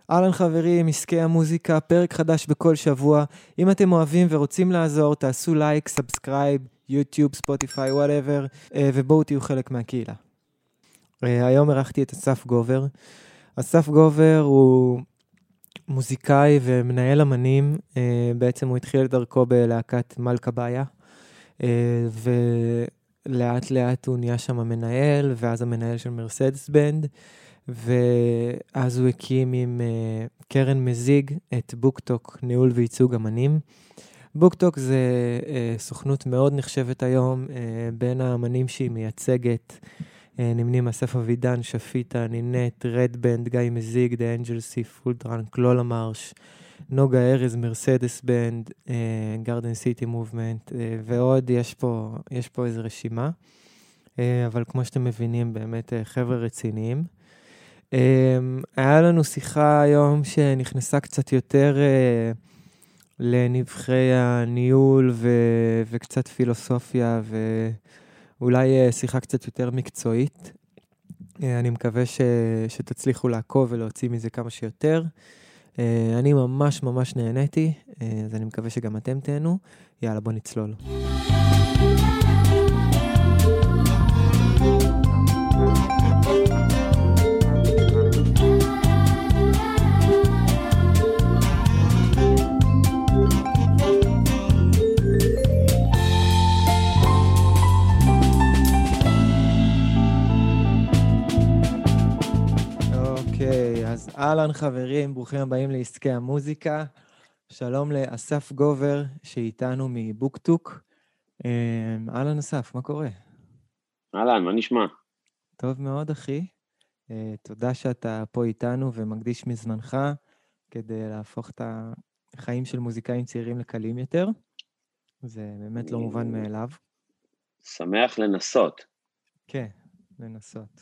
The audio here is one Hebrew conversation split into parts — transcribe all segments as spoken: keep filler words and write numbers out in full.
אהלן חברים, עסקי המוזיקה, פרק חדש בכל שבוע. אם אתם אוהבים ורוצים לעזור, תעשו לייק, סאבסקרייב, יוטיוב, ספוטיפיי, וואטאבר, ובואו תהיו חלק מהקהילה. היום ערכתי את אסף גובר. אסף גובר הוא מוזיקאי ומנהל אמנים. בעצם הוא התחיל את דרכו בלהקת מלכה באיה, ולאט לאט הוא נהיה שם המנהל, ואז המנהל של מרסדס בנד, ואז הוא הקים עם uh, קרן מזיג את בוקטוק, ניהול וייצוג אמנים. בוקטוק זה uh, סוכנות מאוד נחשבת היום, uh, בין האמנים שהיא מייצגת, uh, נמנים אסף אבידן, שפיטה, נינט, רדבנד, גיא מזיג, דה אנג'לסי, פולטרנק, לולה מרש, נוגה ארז, מרסדס בנד, גרדן סיטי מובמנט, ועוד יש פה, יש פה איזו רשימה, uh, אבל כמו שאתם מבינים, באמת uh, חבר'ה רציניים. Um, היה לנו שיחה היום שנכנסה קצת יותר uh, לנבחי הניהול ו- וקצת פילוסופיה, ואולי uh, שיחה קצת יותר מקצועית. Uh, אני מקווה ש- שתצליחו לעקוב ולהוציא מזה כמה שיותר. Uh, אני ממש ממש נהניתי, uh, אז אני מקווה שגם אתם תהנו. יאללה, בוא נצלול. אז אהלן חברים, ברוכים הבאים לעסקי המוזיקה. שלום לאסף גובר שאיתנו מבוקטוק. אהלן אסף, מה קורה? אהלן, מה נשמע? טוב מאוד אחי. תודה שאתה פה איתנו ומקדיש מזמנך כדי להפוך את החיים של מוזיקאים צעירים לקלים יותר. זה באמת לא מובן מאליו. שמח לנסות. כן, לנסות.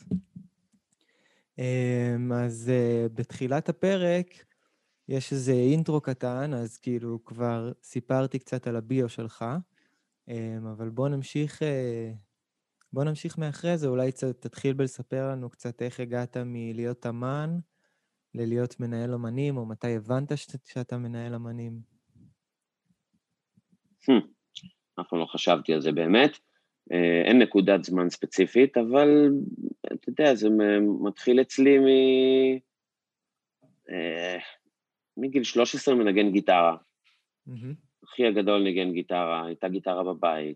אז בתחילת הפרק יש איזה אינטרו קטן, אז כאילו כבר סיפרתי קצת על הביו שלך, אבל בוא נמשיך, בוא נמשיך מאחרי זה, אולי תתחיל בלספר לנו קצת איך הגעת מלהיות אמן ללהיות מנהל אמנים, או מתי הבנת שאתה מנהל אמנים? אף פעם לא חשבתי על זה באמת. אין נקודת זמן ספציפית, אבל אתה יודע, זה מתחיל אצלי מ... מגיל שלוש עשרה מנגן גיטרה. אחי הגדול ניגן גיטרה, הייתה גיטרה בבית.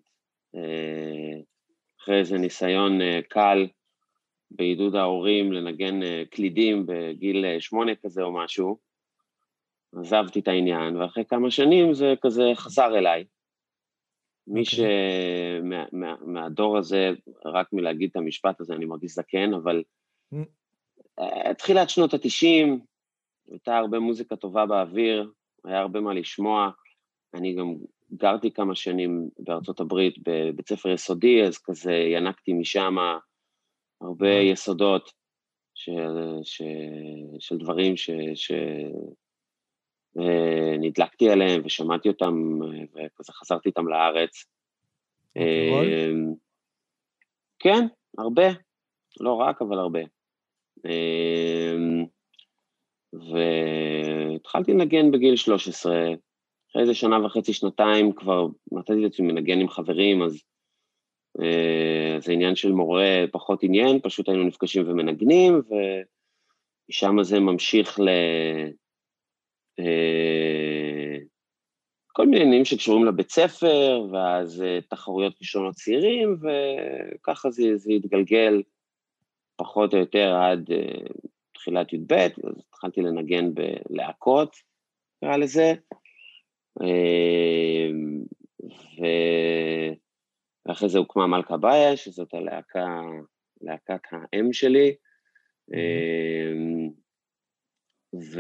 אחרי איזה ניסיון קל בעידוד ההורים לנגן קלידים בגיל שמונה כזה או משהו, עזבתי את העניין, ואחרי כמה שנים זה כזה חזר אליי. מי שמהדור הזה, רק מלהגיד את המשפט הזה, אני מרגיש זקן, אבל התחילת שנות ה-תשעים, הייתה הרבה מוזיקה טובה באוויר, היה הרבה מה לשמוע, אני גם גרתי כמה שנים בארצות הברית, בבית ספר יסודי, אז כזה ינקתי משם הרבה יסודות של, של דברים ש... ש... נדלקתי עליהם ושמעתי אותם, וכזה חזרתי איתם לארץ. רוק'נ'רול? כן, הרבה. לא רק, אבל הרבה. והתחלתי לנגן בגיל שלוש עשרה, אחרי איזה שנה וחצי, שנתיים, כבר נתתי את עצמי מנגן עם חברים, אז זה עניין של מורה פחות עניין, פשוט היינו נפגשים ומנגנים, ומשם זה ממשיך ל... כל מיני עניינים שקשורים לבית ספר, ואז תחרויות כישרונות צעירים, וככה זה, זה התגלגל פחות או יותר עד תחילת י"ב, אז התחלתי לנגן בלהקות, קרא לזה, ואחרי זה הוקמה מלכה באיה, שזאת הלהקה, להקת האם שלי, ו...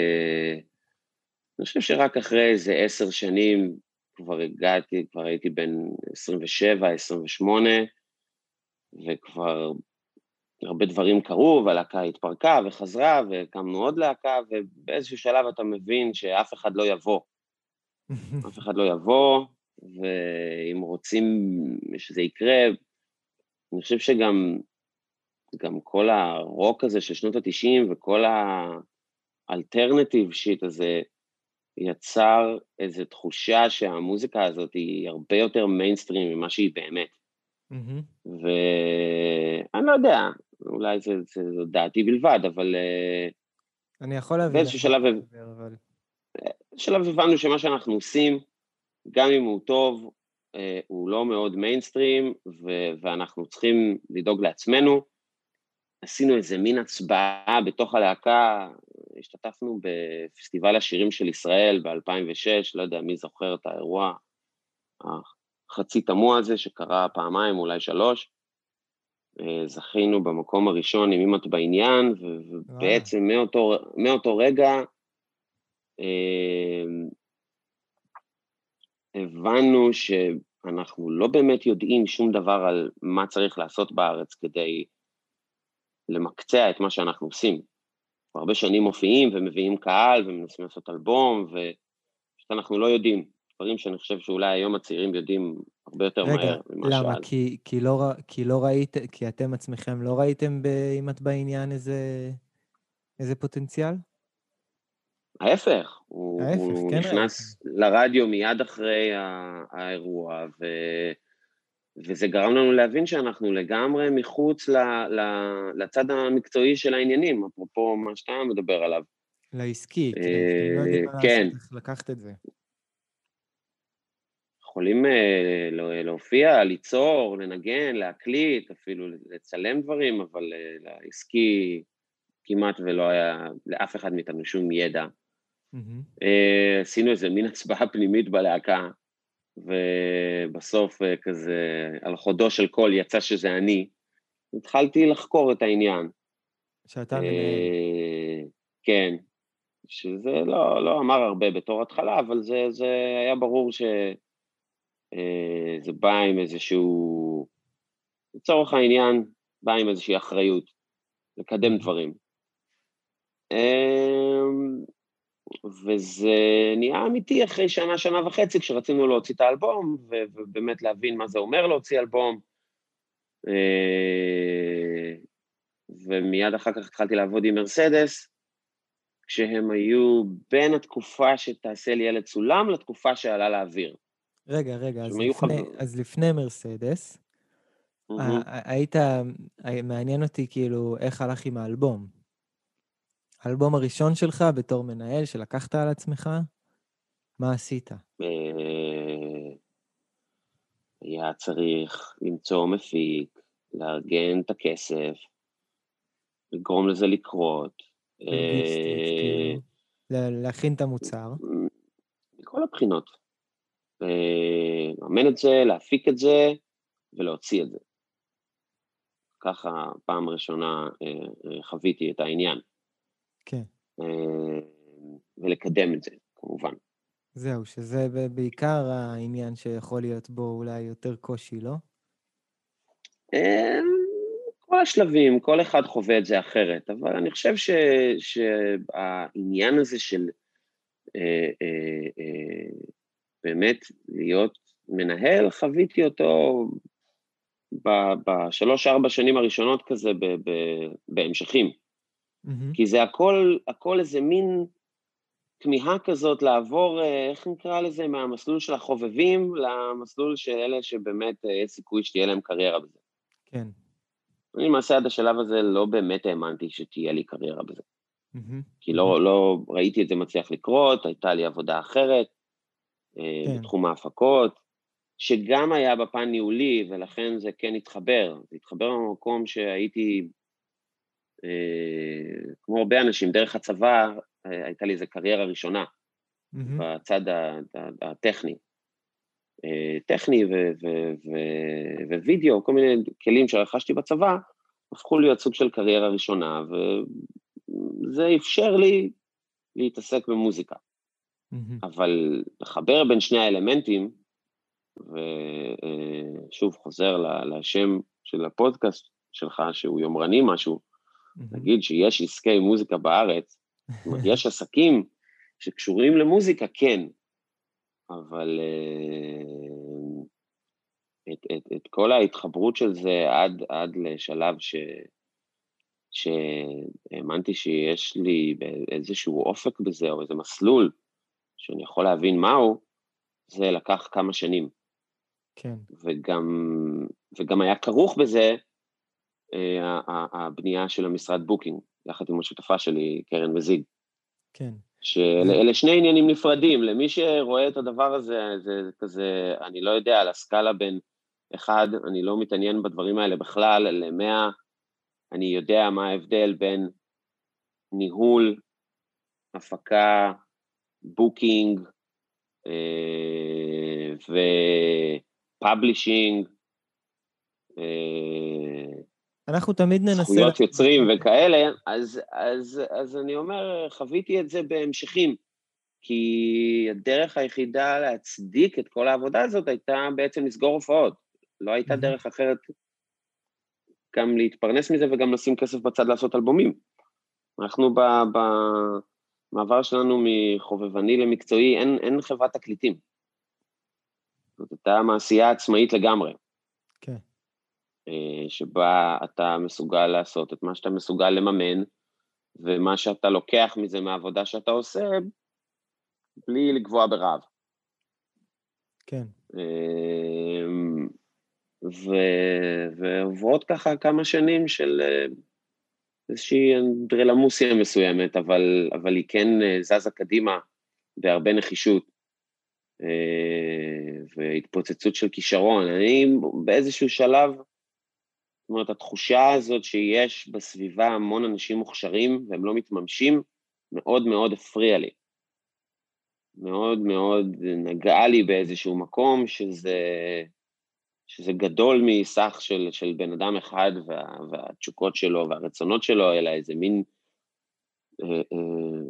אני חושב שרק אחרי איזה עשר שנים כבר הגעתי, כבר הייתי בן עשרים ושבע, עשרים ושמונה, וכבר הרבה דברים קרו, והלהקה התפרקה וחזרה, וקמנו עוד להקה, ובאיזשהו שלב אתה מבין שאף אחד לא יבוא. אף אחד לא יבוא, ואם רוצים שזה יקרה, אני חושב שגם גם כל הרוק הזה של שנות ה-תשעים, וכל ה... האלטרנטיב שיט הזה יצר איזו תחושה שהמוזיקה הזאת היא הרבה יותר מיינסטרים ממה שהיא באמת. Mm-hmm. ואני לא יודע, אולי זה, זה, זה דעתי בלבד, אבל אני יכול להבין. באיזשהו שלב, אבל... שלב הבנו שמה שאנחנו עושים, גם אם הוא טוב, הוא לא מאוד מיינסטרים, ו- ואנחנו צריכים לדאוג לעצמנו. עשינו איזה מין הצבעה בתוך הלהקה, השתתפנו בפסטיבל השירים של ישראל ב-אלפיים ושש, לא יודע מי זוכר את האירוע החצי תמוה הזה שקרה פעמיים, אולי שלוש. זכינו במקום הראשון עם אימת בעניין, ובעצם מאותו, מאותו רגע הבנו שאנחנו לא באמת יודעים שום דבר על מה צריך לעשות בארץ כדי למקצע את מה שאנחנו עושים. הרבה שנים מופיעים ומביאים קהל ומנסים לעשות אלבום, ואנחנו לא יודעים. דברים שאני חושב שאולי היום הצעירים יודעים הרבה יותר רגע, מהר ממה למה? שאז. כי, כי, לא, כי לא ראית, כי אתם עצמכם לא ראיתם אם את בעניין איזה, איזה פוטנציאל? ההפך, הוא, ההפך, הוא כן נכנס ראיתם. לרדיו מיד אחרי האירוע, ו... וזה גרם לנו להבין שאנחנו לגמרי מחוץ ל, ל, לצד המקצועי של העניינים, אפרופו מה שאתה מדבר עליו. לעסקי, כן, אתם לא יודעים מה כן. לעשות, איך לקחת את זה. יכולים להופיע, ליצור, לנגן, להקליט, אפילו לצלם דברים, אבל לעסקי כמעט ולא היה לאף אחד מאיתנו שום ידע. Mm-hmm. עשינו איזה מין הצבעה פנימית בלהקה, ובסוף כזה, על חודו של קול יצא שזה אני, התחלתי לחקור את העניין. שאתה מנהל. כן, שזה לא, לא אמר הרבה בתור התחלה, אבל זה, זה היה ברור ש... זה בא עם איזשהו, לצורך העניין, בא עם איזושהי אחריות, לקדם דברים. וזה נהיה אמיתי אחרי שנה, שנה וחצי, כשרצינו להוציא את האלבום, ובאמת להבין מה זה אומר להוציא אלבום. ומיד אחר כך התחלתי לעבוד עם מרסדס, כשהם היו בין התקופה שתעשה לי ילד סולם, לתקופה שעלה לאוויר. רגע, רגע, אז לפני, אז לפני מרסדס, היית, מעניין אותי כאילו איך הלך עם האלבום. האלבום הראשון שלך בתור מנהל שלקחת על עצמך, מה עשית? היה צריך למצוא מפיק, לארגן את הכסף, לגרום לזה לקרות. לוגיסטית, כאילו, להכין את המוצר. מכל הבחינות. לאמן את זה, להפיק את זה, ולהוציא את זה. ככה פעם ראשונה חוויתי את העניין. כן. ולקדם את זה, כמובן. זהו, שזה בעיקר העניין שיכול להיות בו אולי יותר קושי, לא? כל השלבים, כל אחד חווה את זה אחרת, אבל אני חושב ש, שהעניין הזה של אה, אה, אה, באמת להיות מנהל, חוויתי אותו בשלוש ארבע שנים הראשונות כזה ב, ב, בהמשכים. Mm-hmm. כי זה הכל, הכל איזה מין תמיהה כזאת לעבור, איך נקרא לזה, מהמסלול של החובבים למסלול של אלה שבאמת יש סיכוי שתהיה להם קריירה בזה. כן. אני למעשה עד השלב הזה לא באמת האמנתי שתהיה לי קריירה בזה. Mm-hmm. כי לא, לא ראיתי את זה מצליח לקרות, הייתה לי עבודה אחרת, כן. בתחום ההפקות, שגם היה בפן ניהולי, ולכן זה כן התחבר. זה התחבר במקום שהייתי, אה, כמו הרבה אנשים, דרך הצבא, הייתה לי איזו קריירה ראשונה, mm-hmm. בצד הטכני. טכני ווידאו, כל מיני כלים שרכשתי בצבא, הפכו להיות סוג של קריירה ראשונה, וזה אפשר לי להתעסק במוזיקה. Mm-hmm. אבל לחבר בין שני האלמנטים, ושוב חוזר לשם של הפודקאסט שלך, שהוא יומרני משהו, mm-hmm. נגיד שיש עסקי מוזיקה בארץ, זאת אומרת, יש עסקים שקשורים למוזיקה, כן, אבל את, את, את כל ההתחברות של זה עד, עד לשלב ש, שהאמנתי שיש לי איזשהו אופק בזה, או איזה מסלול, שאני יכול להבין מהו, זה לקח כמה שנים. כן. וגם, וגם היה כרוך בזה, הבנייה של המשרד בוקינג, יחד עם השותפה שלי, קרן מזיג. כן. שאלה שני עניינים נפרדים, למי שרואה את הדבר הזה, זה כזה, אני לא יודע, על הסקאלה בין אחד, אני לא מתעניין בדברים האלה בכלל, למאה, אני יודע מה ההבדל בין ניהול, הפקה, בוקינג, ופאבלישינג, אנחנו תמיד ננסה... זכויות יוצרים וכאלה, אז, אז, אז אני אומר, חוויתי את זה בהמשכים, כי הדרך היחידה להצדיק את כל העבודה הזאת הייתה בעצם לסגור הופעות. לא הייתה דרך אחרת גם להתפרנס מזה וגם לשים כסף בצד לעשות אלבומים. אנחנו במעבר שלנו מחובבני למקצועי, אין, אין חברת תקליטים. זאת הייתה מעשייה עצמאית לגמרי. כן. שבה אתה מסוגל לעשות את מה שאתה מסוגל לממן, ומה שאתה לוקח מזה מהעבודה שאתה עושה, בלי לגבוה ברעב. כן. ועוברות ככה כמה שנים של איזושהי אנדרלמוסיה מסוימת, אבל, אבל היא כן זזה קדימה בהרבה נחישות, והתפוצצות של כישרון. אני באיזשהו שלב, זאת אומרת, התחושה הזאת שיש בסביבה המון אנשים מוכשרים, והם לא מתממשים, מאוד מאוד הפריע לי. מאוד מאוד נגעה לי באיזשהו מקום, שזה, שזה גדול מסך של, של בן אדם אחד, וה, והתשוקות שלו והרצונות שלו, אלא איזה מין, אה, אה,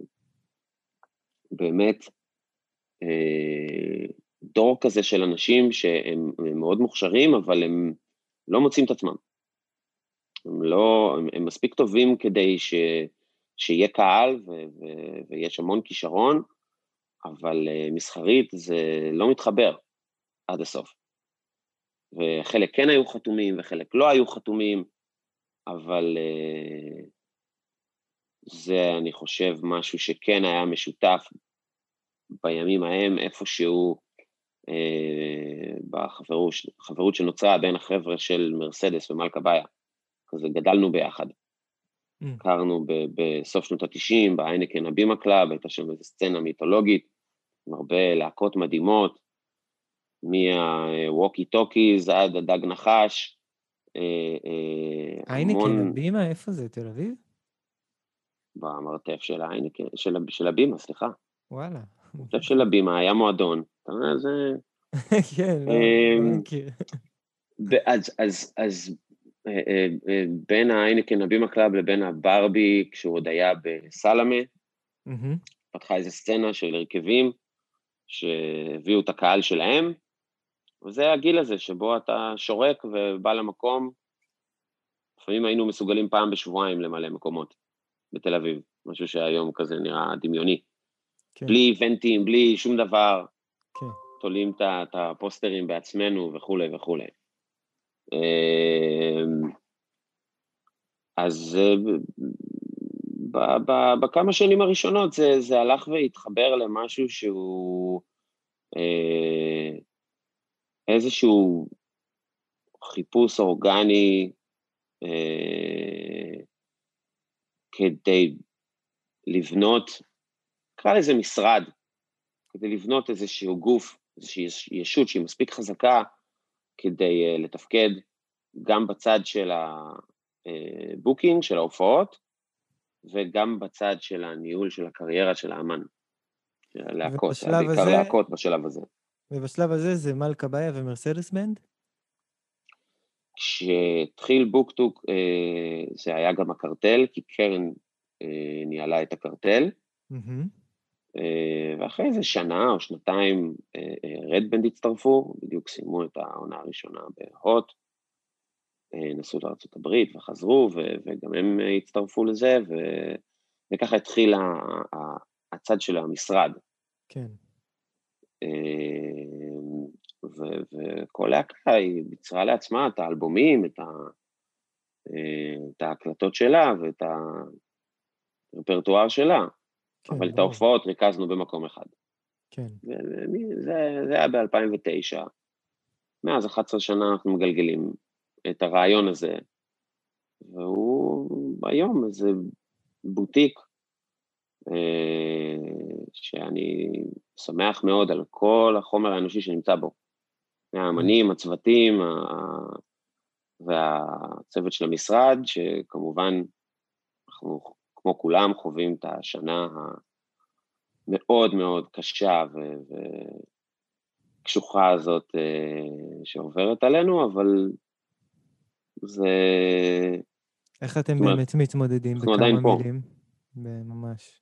באמת, אה, דור כזה של אנשים שהם הם מאוד מוכשרים, אבל הם לא מוצאים את עצמם. הם לא, הם, הם מספיק טובים כדי ש, שיהיה קהל, ו, ו, ויש המון כישרון, אבל uh, מסחרית זה לא מתחבר עד הסוף. וחלק כן היו חתומים, וחלק לא היו חתומים, אבל uh, זה, אני חושב, משהו שכן היה משותף בימים ההם, איפשהו uh, בחברות, חברות שנוצרה בין החבר'ה של מרסדס ומלכה באיה. כזה גדלנו ביחד. הכרנו בסוף שנות ה-תשעים, בהיינקן הבימה קלאב, הייתה שם איזו סצנה מיתולוגית, עם הרבה להקות מדהימות, מהווקי טוקיז עד הדג נחש. היינקן הבימה, איפה זה? תל אביב? במרתף של ההיינקן, של הבימה, סליחה. וואלה. במרתף של הבימה, היה מועדון. אתה יודע, זה... כן, לא מכיר. אז בין ההיינקן הבימה קלאב לבין הברבי, כשהוא עוד היה בסלמה, פתחה איזו סצנה של הרכבים, שהביאו את הקהל שלהם, וזה הגיל הזה שבו אתה שורק ובא למקום, לפעמים היינו מסוגלים פעם בשבועיים למלא מקומות בתל אביב, משהו שהיום כזה נראה דמיוני. כן. בלי איבנטים, בלי שום דבר, כן. תולים את הפוסטרים בעצמנו וכו' וכו'. אז בכמה שנים הראשונות זה, זה הלך והתחבר למשהו שהוא איזשהו חיפוש אורגני כדי לבנות, קרא לזה משרד, כדי לבנות איזשהו גוף, איזושהי ישות שהיא מספיק חזקה כדי לתפקד גם בצד של הבוקינג, של ההופעות, וגם בצד של הניהול של הקריירה של האמן, של הלהקות, בעיקר הזה, להקות בשלב הזה. ובשלב הזה זה מלכה באיה ומרסדס בנד? כשהתחיל בוקטוק, זה היה גם הקרטל, כי קרן ניהלה את הקרטל, ואחרי איזה שנה או שנתיים רדבנד הצטרפו, בדיוק סיימו את העונה הראשונה בהוט, נסעו לארצות הברית וחזרו, וגם הם הצטרפו לזה, וככה התחיל הצד של המשרד. כן. וכל להקה היא ביצרה לעצמה את האלבומים, את את ההקלטות שלה ואת הרפרטואר שלה, כן, אבל את ברור. ההופעות ריכזנו במקום אחד. כן. זה, זה היה ב-אלפיים ותשע. מאז אחת עשרה שנה אנחנו מגלגלים את הרעיון הזה, והוא היום איזה בוטיק, שאני שמח מאוד על כל החומר האנושי שנמצא בו. האמנים, הצוותים, והצוות של המשרד, שכמובן אנחנו כמו כולם חווים את השנה המאוד מאוד קשה וקשוחה הזאת שעוברת עלינו, אבל זה... איך אתם באמת מתמודדים בכמה מילים? ממש.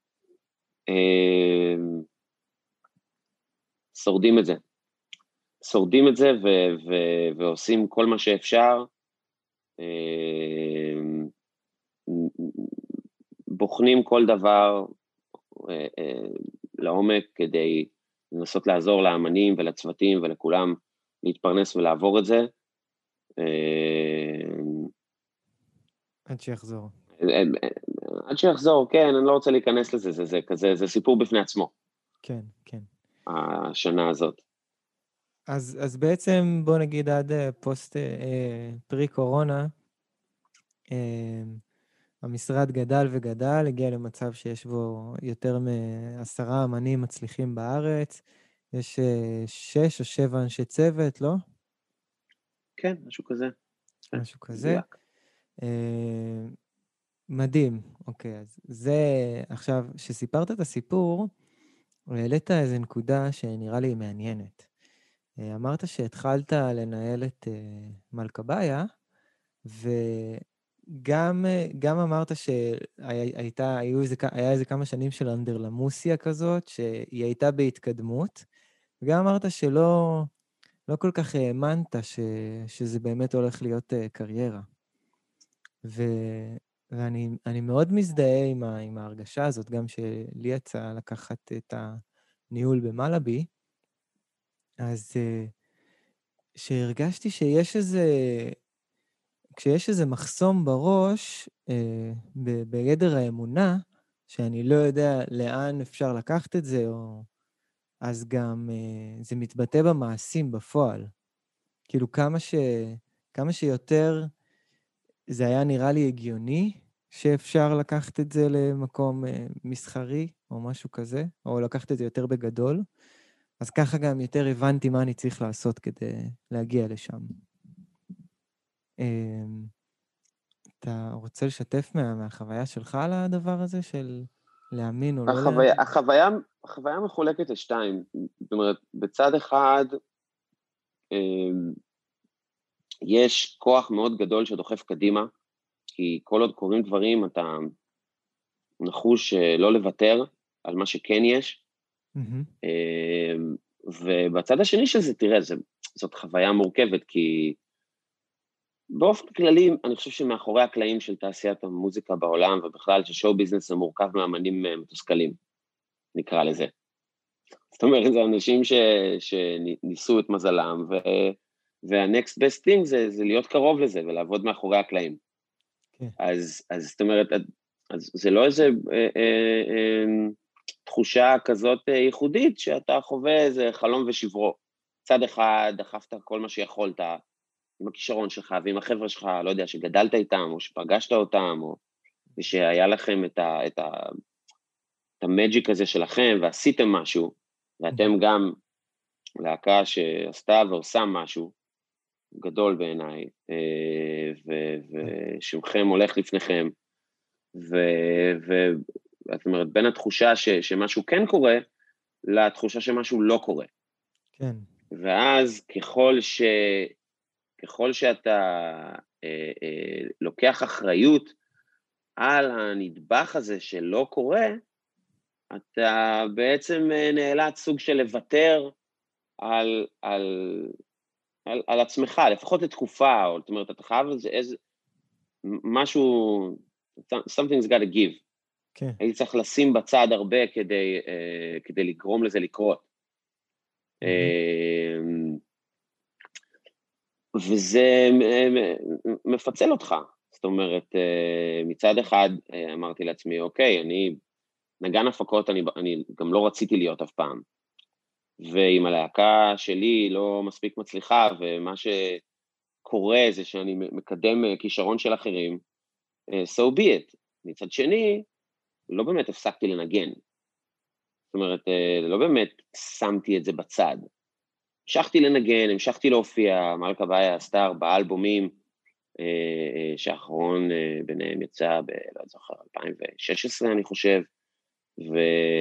שורדים את זה. שורדים את זה ו- ו- ועושים כל מה שאפשר, בוחנים כל דבר לעומק כדי לנסות לעזור לאמנים ולצוותים ולכולם להתפרנס ולעבור את זה. עד שיחזור. עד שיחזור, כן, אני לא רוצה להיכנס לזה, זה, זה כזה, זה סיפור בפני עצמו. כן, כן. השנה הזאת. אז, אז בעצם בוא נגיד עד פוסט אה, פרי קורונה, אה, המשרד גדל וגדל, הגיע למצב שיש בו יותר מעשרה אמנים מצליחים בארץ, יש אה, שש או שבע אנשי צוות, לא? כן, משהו כזה. משהו כזה. אה, מדהים, אוקיי, אז זה עכשיו, שסיפרת את הסיפור, העלית איזו נקודה שנראה לי מעניינת. אמרת שהתחלת לנהל את מלכבאיה, וגם גם אמרת שהייתה, היו איזה, היה איזה כמה שנים של אנדרלמוסיה כזאת, שהיא הייתה בהתקדמות, וגם אמרת שלא לא כל כך האמנת ש, שזה באמת הולך להיות קריירה. ו, ואני אני מאוד מזדהה עם, ה, עם ההרגשה הזאת, גם שלי יצא לקחת את הניהול במלאבי, אז שהרגשתי שיש איזה, כשיש איזה מחסום בראש, אה, ב, בידר האמונה, שאני לא יודע לאן אפשר לקחת את זה, או... אז גם אה, זה מתבטא במעשים בפועל. כאילו כמה, ש, כמה שיותר זה היה נראה לי הגיוני, שאפשר לקחת את זה למקום אה, מסחרי, או משהו כזה, או לקחת את זה יותר בגדול, אז ככה גם יותר הבנתי מה אני צריך לעשות כדי להגיע לשם. אתה רוצה לשתף מה, מהחוויה שלך על הדבר הזה של להאמין או לא החוויה, להאמין? החוויה, החוויה מחולקת לשתיים. זאת אומרת, בצד אחד, יש כוח מאוד גדול שדוחף קדימה, כי כל עוד קוראים דברים, אתה נחוש לא לוותר על מה שכן יש. Mm-hmm. ובצד השני של זה, תראה, זה, זאת חוויה מורכבת, כי באופן כללי, אני חושב שמאחורי הקלעים של תעשיית המוזיקה בעולם, ובכלל ששואו ביזנס זה מורכב מאמנים מתוסכלים, נקרא לזה. זאת אומרת, זה אנשים ש, שניסו את מזלם, ו, וה-next best thing זה, זה להיות קרוב לזה, ולעבוד מאחורי הקלעים. Okay. אז, אז זאת אומרת, אז זה לא איזה אה, אה, אה, תחושה כזאת ייחודית, שאתה חווה איזה חלום ושברו. צד אחד, דחפת כל מה שיכולת, עם הכישרון שלך, ועם החבר'ה שלך, לא יודע, שגדלת איתם, או שפגשת אותם, או ושהיה לכם את, ה, את, ה, את המג'יק הזה שלכם, ועשיתם משהו, ואתם גם להקה שעשתה ועושה משהו גדול בעיניי, ושמכם הולך לפניכם, ואת אומרת, בין התחושה ש, שמשהו כן קורה, לתחושה שמשהו לא קורה. כן. ואז ככל ש... ככל שאתה אה, אה, לוקח אחריות על הנדבך הזה שלא קורה, אתה בעצם נאלץ סוג של לוותר על, על, על, על עצמך, לפחות לתקופה, או זאת אומרת, אתה חייב איזה, איזה משהו, something's got to give. כן. הייתי צריך לשים בצד הרבה כדי, אה, כדי לגרום לזה לקרות. Mm-hmm. אה, וזה מפצל אותך. זאת אומרת, מצד אחד אמרתי לעצמי, אוקיי, אני נגן הפקות, אני, אני גם לא רציתי להיות אף פעם. ועם הלהקה שלי לא מספיק מצליחה, ומה שקורה זה שאני מקדם כישרון של אחרים, so be it. מצד שני, לא באמת הפסקתי לנגן. זאת אומרת, לא באמת שמתי את זה בצד. המשכתי לנגן, המשכתי להופיע, מלכה באיה עשתה ארבעה אלבומים, שהאחרון ביניהם יצא ב, לא זוכר, אלפיים ושש עשרה אני חושב, ו...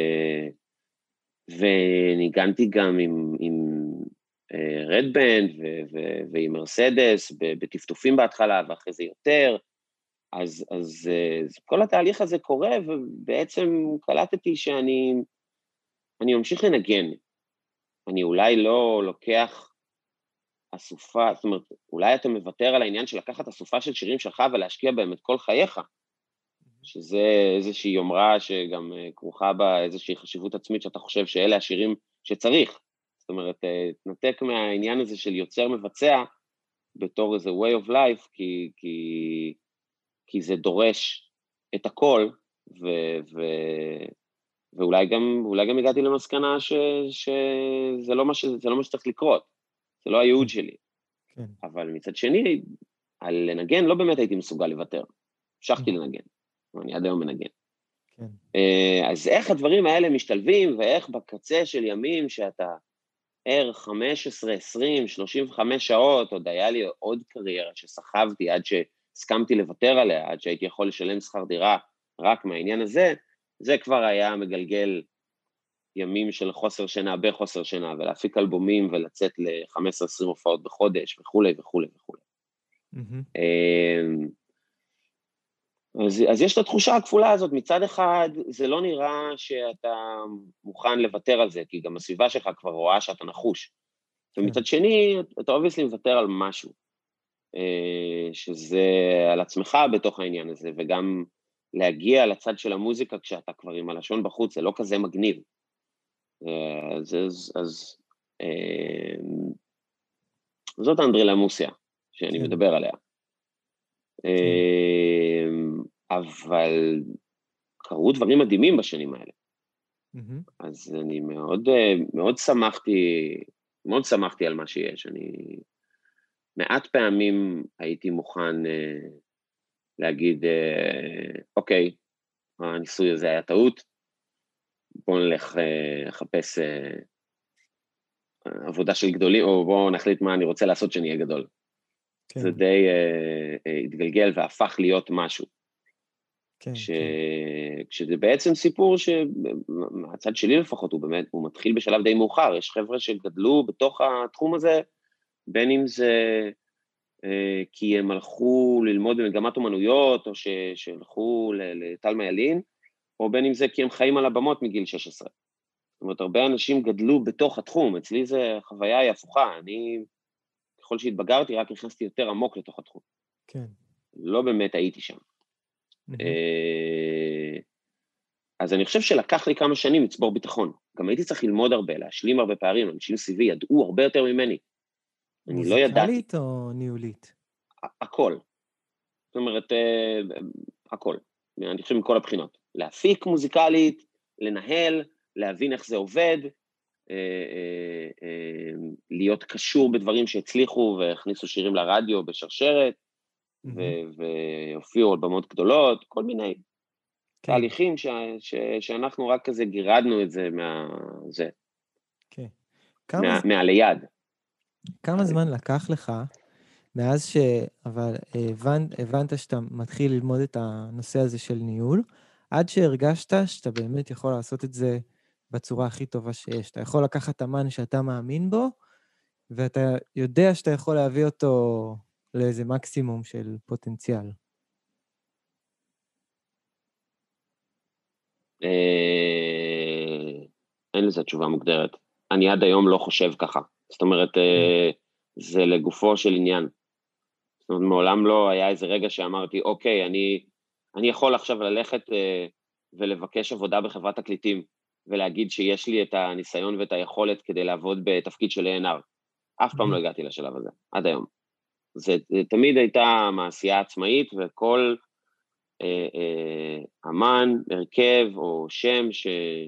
וניגנתי גם עם, עם רדבנד ועם מרסדס, בטפטופים בהתחלה, ואחרי זה יותר, אז, אז, אז כל התהליך הזה קורה, ובעצם קלטתי שאני אני ממשיך לנגן. אני אולי לא לוקח אסופה, זאת אומרת, אולי אתה מוותר על העניין של לקחת אסופה של שירים שלך ולהשקיע בהם את כל חייך, שזה איזושהי יומרה שגם כרוכה בה איזושהי חשיבות עצמית שאתה חושב שאלה השירים שצריך. זאת אומרת, תנתק מהעניין הזה של יוצר מבצע בתור איזה way of life, כי, כי, כי זה דורש את הכל, ו, ו, ואולי גם, אולי גם הגעתי למסקנה ש, שזה לא מה ש, זה לא מה שצריך לקרות, זה לא הייעוד שלי. כן. אבל מצד שני, על לנגן לא באמת הייתי מסוגל לוותר. המשכתי לנגן. אני עד היום מנגן. כן. אז איך הדברים האלה משתלבים, ואיך בקצה של ימים שאתה ער חמש עשרה, עשרים, שלושים וחמש שעות, עוד היה לי עוד קריירה שסחבתי עד שהסכמתי לוותר עליה, עד שהייתי יכול לשלם שכר דירה רק מהעניין הזה, זה כבר היה מגלגל ימים של חוסר שינה בחוסר שינה, ולהפיק אלבומים ולצאת ל-חמש עשרה עשרים הופעות בחודש וכו' וכו' וכו'. Mm-hmm. אז, אז יש את התחושה הכפולה הזאת, מצד אחד זה לא נראה שאתה מוכן לוותר על זה, כי גם הסביבה שלך כבר רואה שאתה נחוש, ומצד שני אתה obviously מוותר על משהו, שזה על עצמך בתוך העניין הזה, וגם להגיע לצד של המוזיקה כשאתה כבר עם הלשון בחוץ, זה לא כזה מגניב. אז, אז, אז זאת האנדרלמוסיה שאני מדבר עליה. אבל קרו דברים מדהימים בשנים האלה. אז אני מאוד, מאוד שמחתי, מאוד שמחתי על מה שיש. אני מעט פעמים הייתי מוכן להגיד, אוקיי, הניסוי הזה היה טעות, בואו נלך לחפש עבודה של גדולים, או בואו נחליט מה אני רוצה לעשות שאני אהיה גדול. כן. זה די uh, uh, התגלגל והפך להיות משהו. כן, ש... כן. כשזה בעצם סיפור שהצד שלי לפחות הוא באמת, הוא מתחיל בשלב די מאוחר, יש חבר'ה שגדלו בתוך התחום הזה, בין אם זה uh, כי הם הלכו ללמוד במגמת אומנויות, או שהלכו לטל ילין, או בין אם זה כי הם חיים על הבמות מגיל שש עשרה. זאת אומרת, הרבה אנשים גדלו בתוך התחום, אצלי זה חוויה היא הפוכה, אני... ככל שהתבגרתי, רק נכנסתי יותר עמוק לתוך התחום. כן. לא באמת הייתי שם. אז אני חושב שלקח לי כמה שנים לצבור ביטחון. גם הייתי צריך ללמוד הרבה, להשלים הרבה פערים, אנשים סביבי ידעו הרבה יותר ממני. אני לא ידעתי. מוזיקלית או ניהולית? הכל. זאת אומרת, הכל. אני חושב מכל הבחינות. להפיק מוזיקלית, לנהל, להבין איך זה עובד, להיות קשור בדברים שהצליחו והכניסו שירים לרדיו בשרשרת, והופיעו על במות גדולות, כל מיני תהליכים שאנחנו רק כזה גירדנו את זה מהזה, מהליד. כמה זמן לקח לך, מאז ש... אבל הבנת שאתה מתחיל ללמוד את הנושא הזה של ניהול, עד שהרגשת שאתה באמת יכול לעשות את זה בצורה הכי טובה שיש. אתה יכול לקחת אמן שאתה מאמין בו, ואתה יודע שאתה יכול להביא אותו לאיזה מקסימום של פוטנציאל. אין לזה תשובה מוגדרת. אני עד היום לא חושב ככה. זאת אומרת, זה לגופו של עניין. זאת אומרת, מעולם לא היה איזה רגע שאמרתי, אוקיי, אני, אני יכול עכשיו ללכת ולבקש עבודה בחברת תקליטים, ולהגיד שיש לי את הניסיון ואת היכולת כדי לעבוד בתפקיד של A and R. אף פעם לא הגעתי לשלב הזה, עד היום. זה, זה תמיד הייתה מעשייה עצמאית, וכל אה, אה, אמן, הרכב או שם ש...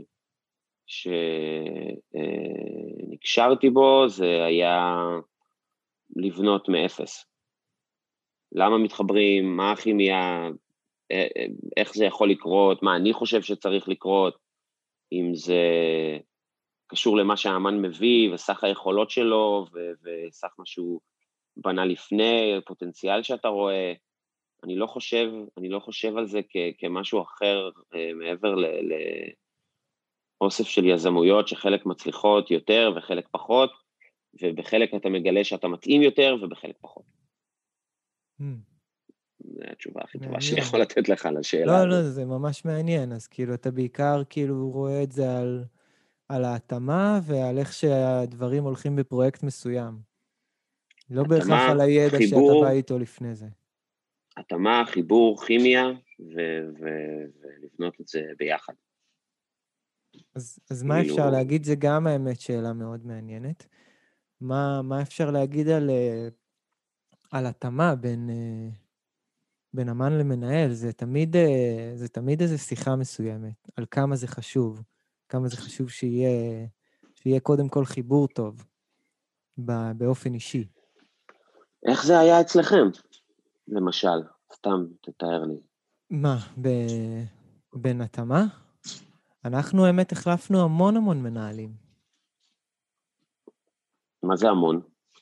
שנקשרתי בו, זה היה לבנות מאפס. למה מתחברים, מה הכימיה, איך זה יכול לקרות, מה אני חושב שצריך לקרות, אם זה קשור למה שהאמן מביא, וסך היכולות שלו, ו- וסך מה שהוא בנה לפני, פוטנציאל שאתה רואה. אני לא חושב, אני לא חושב על זה כ- כמשהו אחר, מעבר ל- לאוסף של יזמויות, שחלק מצליחות יותר וחלק פחות, ובחלק אתה מגלה שאתה מתאים יותר, ובחלק פחות. Hmm. זו התשובה הכי טובה מעניין. שאני יכול לתת לך על השאלה לא, הזאת. לא, זה ממש מעניין. אז כאילו, אתה בעיקר כאילו רואה את זה על, על ההתאמה ועל איך שהדברים הולכים בפרויקט מסוים. לא בהכרח על הידע שאתה חיבור, בא איתו לפני זה. התאמה, חיבור, כימיה, ו- ו- ולבנות את זה ביחד. אז, אז מה אפשר להגיד? זה גם האמת שאלה מאוד מעניינת. מה, מה אפשר להגיד על, על התאמה בין, בין אמן למנהל? זה תמיד, זה תמיד איזו שיחה מסוימת, על כמה זה חשוב, כמה זה חשוב שיהיה, שיהיה קודם כל חיבור טוב, באופן אישי. איך זה היה אצלכם, למשל? סתם תתאר לי. מה, ב... בין התאמה? אנחנו האמת החלפנו המון המון מנהלים. מה זה המון?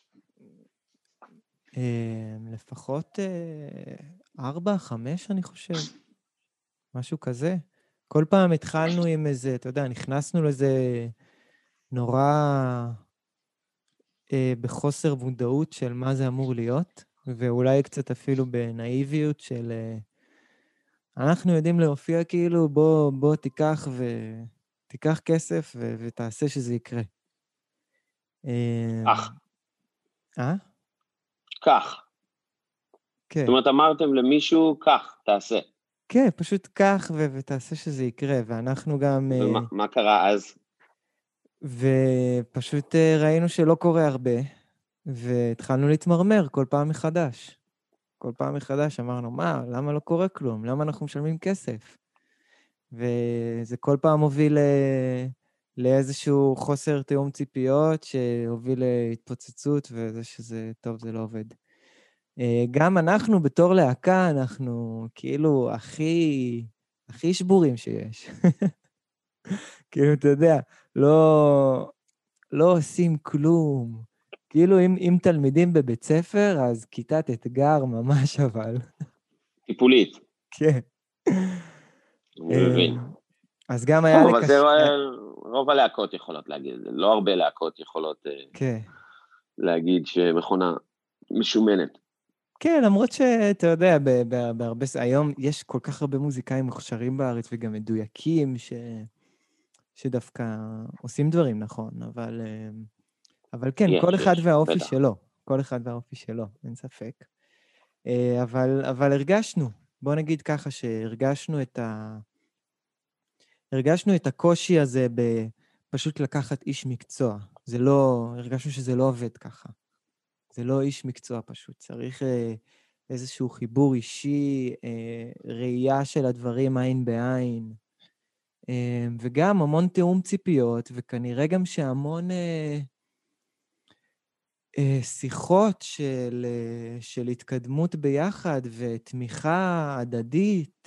לפחות ארבע, חמש, אני חושב. משהו כזה. כל פעם התחלנו עם איזה, אתה יודע, נכנסנו לזה נורא אה, בחוסר מודעות של מה זה אמור להיות, ואולי קצת אפילו בנאיביות של אה, אנחנו יודעים להופיע כאילו, בוא, בוא תיקח ו... תיקח כסף ו... ותעשה שזה יקרה. כך. אה? כך. כן. זאת אומרת, אמרתם למישהו, כך, תעשה. כן, פשוט כך ו... ותעשה שזה יקרה, ואנחנו גם... ומה אה... מה קרה אז? ופשוט אה, ראינו שלא קורה הרבה, והתחלנו להתמרמר כל פעם מחדש. כל פעם מחדש אמרנו, מה, למה לא קורה כלום? למה אנחנו משלמים כסף? וזה כל פעם הוביל לאיזשהו חוסר תיאום ציפיות, שהוביל להתפוצצות, וזה שזה, טוב, זה לא עובד. גם אנחנו בתור להקה, אנחנו כאילו הכי, הכי שבורים שיש. כאילו, אתה יודע, לא, לא עושים כלום. כאילו, אם, אם תלמידים בבית ספר, אז כיתת אתגר ממש, אבל. טיפולית. כן. אני מבין. אז גם היה טוב, לקש... אבל זה רוב הלהקות יכולות להגיד, לא הרבה להקות יכולות כן. להגיד שמכונה משומנת. כן, למרות שאתה יודע, בהרבה... היום יש כל כך הרבה מוזיקאים מוכשרים בארץ, וגם מדויקים, ש... שדווקא עושים דברים נכון, אבל... אבל כן, יש, כל אחד יש, והאופי בטח. שלו. כל אחד והאופי שלו, אין ספק. אבל, אבל הרגשנו, בוא נגיד ככה, שהרגשנו את ה... הרגשנו את הקושי הזה בפשוט לקחת איש מקצוע. זה לא... הרגשנו שזה לא עובד ככה. זה לא איש מקצוע פשוט. צריך אה, איזשהו חיבור אישי, אה, ראייה של הדברים עין בעין, אה, וגם המון תיאום ציפיות, וכנראה גם שהמון... אה, שיחות של, של התקדמות ביחד ותמיכה הדדית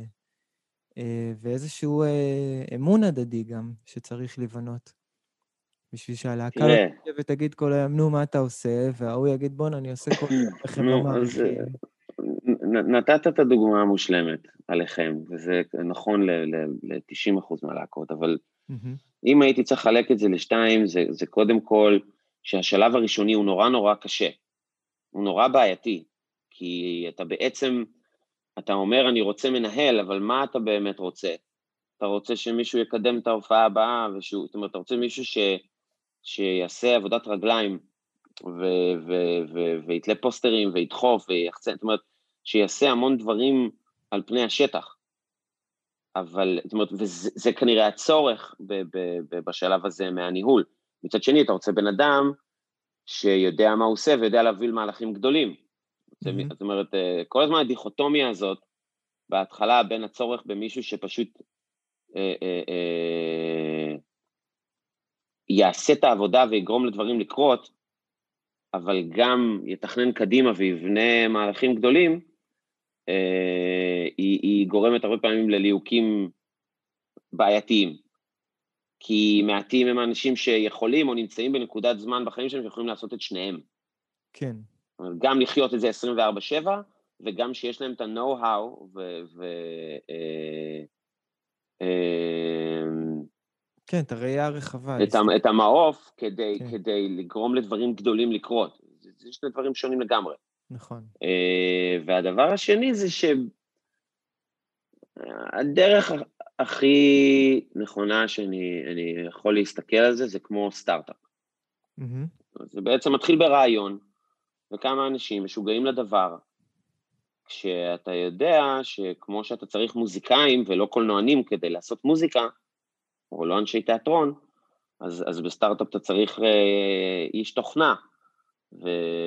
ואיזשהו אמון הדדי גם שצריך לבנות. בשביל שהלהקה לא תשב ותגיד כל היום, נו, מה אתה עושה? והוא יגיד, בוא, אני עושה כל היום, איך הם לא מעריכים. נתת את הדוגמה המושלמת עליכם, וזה נכון ל-תשעים אחוז מהלהקות, אבל אם הייתי צריך לחלק את זה לשתיים, זה, זה קודם כל שהשלב הראשוני הוא נורא נורא קשה, הוא נורא בעייתי, כי אתה בעצם, אתה אומר אני רוצה מנהל, אבל מה אתה באמת רוצה? אתה רוצה שמישהו יקדם את ההופעה הבאה, ושהוא, זאת אומרת, אתה רוצה מישהו ש, שיעשה עבודת רגליים, ו- ו- ו- ויתלה פוסטרים, וידחוף, ויחצה, זאת אומרת, שיעשה המון דברים על פני השטח. אבל, זאת אומרת, וזה זה כנראה הצורך ב- ב- ב- בשלב הזה מהניהול. מצד שני, אתה רוצה בן אדם שיודע מה הוא עושה, ויודע להוביל מהלכים גדולים. זאת אומרת, כל הזמן הדיכוטומיה הזאת, בהתחלה בין הצורך במישהו שפשוט אה, אה, אה, יעשה את העבודה ויגרום לדברים לקרות, אבל גם יתכנן קדימה ויבנה מהלכים גדולים, אה, היא, היא גורמת הרבה פעמים לליהוקים בעייתיים. כי מעטים הם האנשים שיכולים או נמצאים בנקודת זמן בחיים שלהם שיכולים לעשות את שניהם. כן. גם לחיות את זה עשרים וארבע שבע, וגם שיש להם את ה-know-how, ו... ו אה, אה, כן, את הראייה הרחבה. את, המ, את המעוף כדי, כן. כדי לגרום לדברים גדולים לקרות. זה, זה שני דברים שונים לגמרי. נכון. אה, והדבר השני זה שהדרך הכי נכונה שאני אני יכול להסתכל על זה, זה כמו סטארט-אפ. Mm-hmm. זה בעצם מתחיל ברעיון, וכמה אנשים משוגעים לדבר, כשאתה יודע שכמו שאתה צריך מוזיקאים ולא קולנוענים כדי לעשות מוזיקה, או לא אנשי תיאטרון, אז, אז בסטארט-אפ אתה צריך אה, איש תוכנה, ו...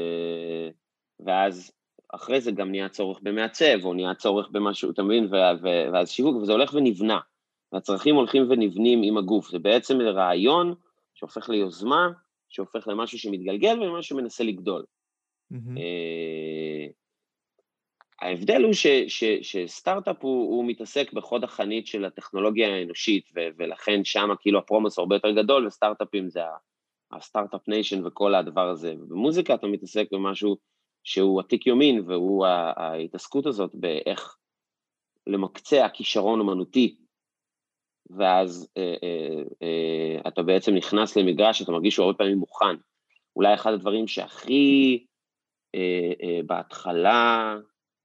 ואז אחרי זה גם נהיה צורך במעצב, או נהיה צורך במשהו, אתה מבין, ו... ו... ואז שיווק, וזה הולך ונבנה, והצרכים הולכים ונבנים עם הגוף, זה בעצם רעיון שהופך ליוזמה, שהופך למשהו שמתגלגל, ומשהו שמנסה לגדול. Mm-hmm. אה... ההבדל הוא ש, ש, שסטארט-אפ הוא, הוא מתעסק בחוד החנית של הטכנולוגיה האנושית, ו, ולכן שם כאילו הפרומוס הרבה יותר גדול, וסטארט-אפים זה הסטארט-אפ ניישן וכל הדבר הזה. ובמוזיקה אתה מתעסק במשהו שהוא עתיק יומין, והוא ההתעסקות הזאת באיך למקצע כישרון אמנותי, ואז אה, אה, אה, אתה בעצם נכנס למגרש, אתה מרגיש שהוא הרבה פעמים מוכן. אולי אחד הדברים שהכי אה, אה, בהתחלה,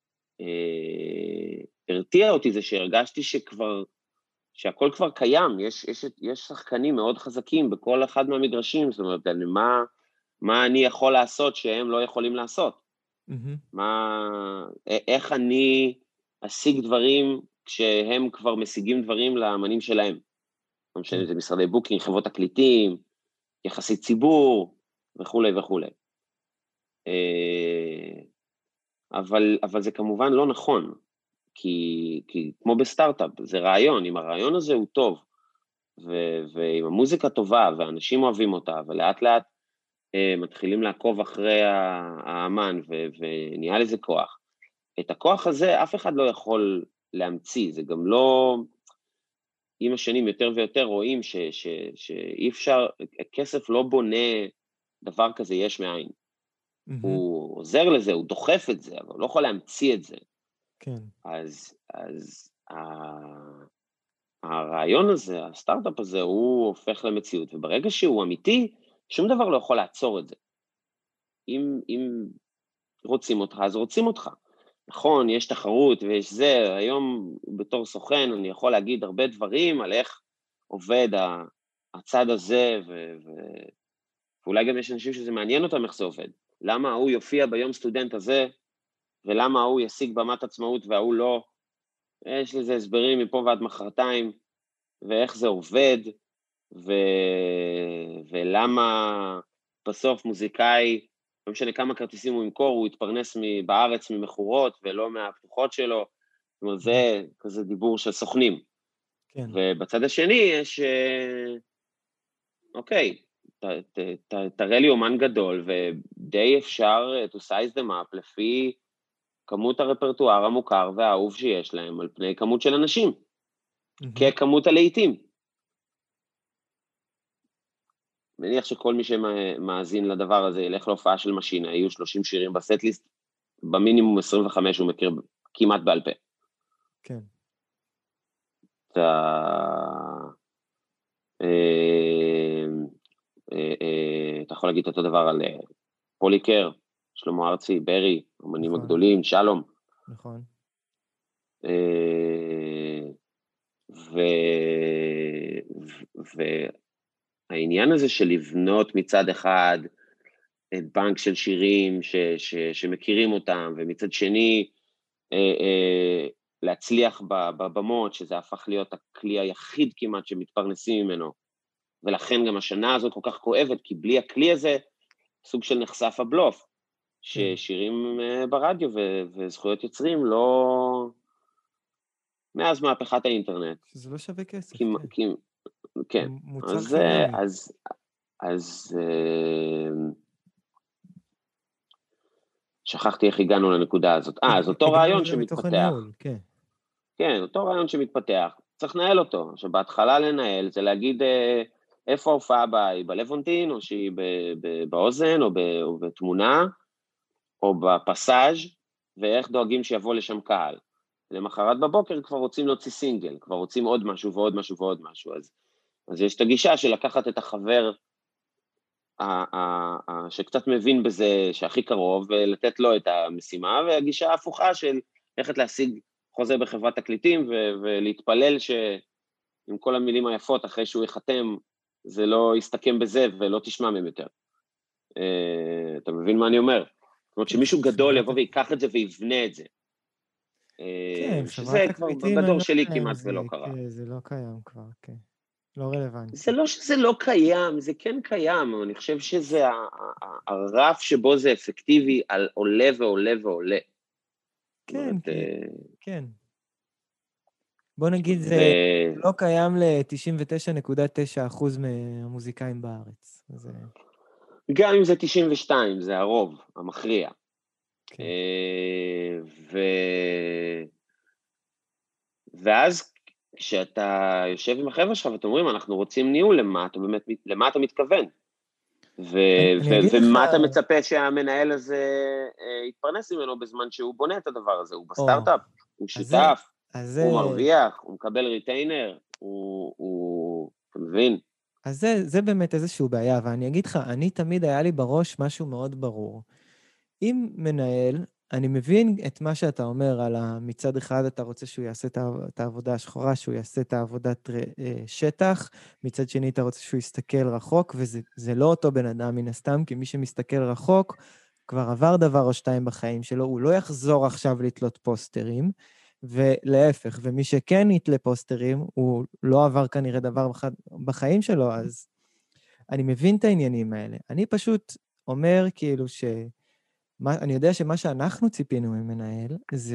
הרתיע אותי זה שהרגשתי שכבר, שהכל כבר קיים, יש, יש, יש שחקנים מאוד חזקים בכל אחד מהמגרשים, זאת אומרת, מה, מה אני יכול לעשות שהם לא יכולים לעשות? Mm-hmm. מה, איך אני אשיג דברים כשהם כבר משיגים דברים לאמנים שלהם? לא משנה, זה משרדי בוקינג, חברות תקליטים, יחסי ציבור, וכו' וכו'. אבל, אבל זה כמובן לא נכון, כי, כי כמו בסטארט-אפ, זה רעיון, אם הרעיון הזה הוא טוב, ו, ואם המוזיקה טובה, ואנשים אוהבים אותה, ולאט לאט אה, מתחילים לעקוב אחרי האמן, ו, ונהיה לזה כוח. את הכוח הזה אף אחד לא יכול להמציא, זה גם לא, עם השנים יותר ויותר רואים ש, ש, שאי אפשר, הכסף לא בונה דבר כזה יש מאין. Mm-hmm. הוא עוזר לזה, הוא דוחף את זה, אבל הוא לא יכול להמציא את זה. כן. אז, אז ה... הרעיון הזה, הסטארט-אפ הזה, הוא הופך למציאות, וברגע שהוא אמיתי, שום דבר לא יכול לעצור את זה. אם, אם רוצים אותך, אז רוצים אותך. נכון, יש תחרות ויש זה, היום בתור סוכן אני יכול להגיד הרבה דברים על איך עובד הצד הזה, ו... ו... ואולי גם יש אנשים שזה מעניין אותם איך זה עובד. למה הוא יופיע ביום סטודנט הזה, ולמה הוא ישיג במת עצמאות והוא לא, יש לזה הסברים מפה ועד מחרתיים, ואיך זה עובד, ו... ולמה בסוף מוזיקאי, לא משנה כמה כרטיסים הוא ימכור, הוא יתפרנס בארץ ממחורות ולא מהפתוחות שלו, זאת אומרת, זה כזה דיבור של סוכנים. כן. ובצד השני יש, אוקיי, ת, ת, ת, תראה לי אומן גדול, ודי אפשר to size them up לפי כמות הרפרטואר המוכר והאהוב שיש להם על פני כמות של אנשים, mm-hmm. ככמות הלהיטים. מניח שכל מי שמאזין לדבר הזה ילך להופעה של משינה, יהיו שלושים שירים בסט-ליסט, במינימום עשרים וחמש הוא מכיר כמעט בעל פה. כן. אתה... אתה יכול להגיד אותו דבר על פוליקר, שלמה ארצי, ברי, אמנים הגדולים, שלום. נכון. והעניין הזה של לבנות מצד אחד את בנק של שירים ש, ש, שמכירים אותם, ומצד שני להצליח בבמות, שזה הפך להיות הכלי היחיד כמעט שמתפרנסים ממנו, ולכן גם השנה הזאת כל כך כואבת, כי בלי הכלי הזה, סוג של נחשף הבלוף. ששירים ברדיו וזכויות יוצרים לא... מאז מהפכת האינטרנט. שזה לא שווה כסף, כן. כן. כן. מוצר אז, חינמי. אז, אז, שכחתי איך הגענו לנקודה הזאת. אה, אז אותו רעיון שמתפתח. כן. כן, אותו רעיון שמתפתח. צריך לנהל אותו. שבהתחלה לנהל זה להגיד איפה ההופעה הבאה, היא בלוונטין, או שהיא באוזן, או בתמונה, או בפסאז', ואיך דואגים שיבוא לשם קהל. למחרת בבוקר כבר רוצים להוציא סינגל, כבר רוצים עוד משהו ועוד משהו ועוד משהו. אז, אז יש את הגישה של לקחת את החבר שקצת מבין בזה שהכי קרוב, ולתת לו את המשימה, והגישה ההפוכה של ללכת להשיג חוזה בחברת תקליטים, ולהתפלל שעם כל המילים היפות, אחרי שהוא יחתם, זה לא יסתכם בזה, ולא תשמע מהם יותר. אתה מבין מה אני אומר? זאת אומרת שמישהו גדול יבוא ויקח את זה ויבנה את זה. כן, שזה חברת כבר תקליטים, בדור שלי כמעט זה לא קרה. זה לא קיים כבר, כן. לא רלוונטי. זה לא שזה לא קיים, זה כן קיים, אני חושב שזה הרף שבו זה אפקטיבי, עולה ועולה ועולה. כן, כן. בוא נגיד, זה לא קיים ל-תשעים ותשע נקודה תשע אחוז מהמוזיקאים בארץ. גם אם זה תשעים ושתיים, זה הרוב, המכריע. ו... ואז כשאתה יושב עם החבר'ה שלך ואתם אומרים, אנחנו רוצים ניהול, למה אתה באמת, למה אתה מתכוון? ו... ו... ומה אתה מצפה שהמנהל הזה יתפרנס ממנו בזמן שהוא בונה את הדבר הזה? הוא בסטארט-אפ, הוא שותף, הוא מרוויח, הוא מקבל ריטיינר, הוא... הוא... אתה מבין? אז זה, זה באמת איזשהו בעיה, ואני אגיד לך, אני תמיד היה לי בראש משהו מאוד ברור. אם מנהל, אני מבין את מה שאתה אומר על מצד אחד, אתה רוצה שהוא יעשה את העבודה השחורה, שהוא יעשה את העבודת שטח, מצד שני אתה רוצה שהוא יסתכל רחוק, וזה לא אותו בן אדם מן הסתם, כי מי שמסתכל רחוק, כבר עבר דבר או שתיים בחיים שלו, הוא לא יחזור עכשיו לתלות פוסטרים, ולהפך, ומי שכן יתלה פוסטרים, הוא לא עבר כנראה דבר בחיים שלו, אז אני מבין את העניינים האלה. אני פשוט אומר כאילו ש... אני יודע שמה שאנחנו ציפינו ממנהל, זה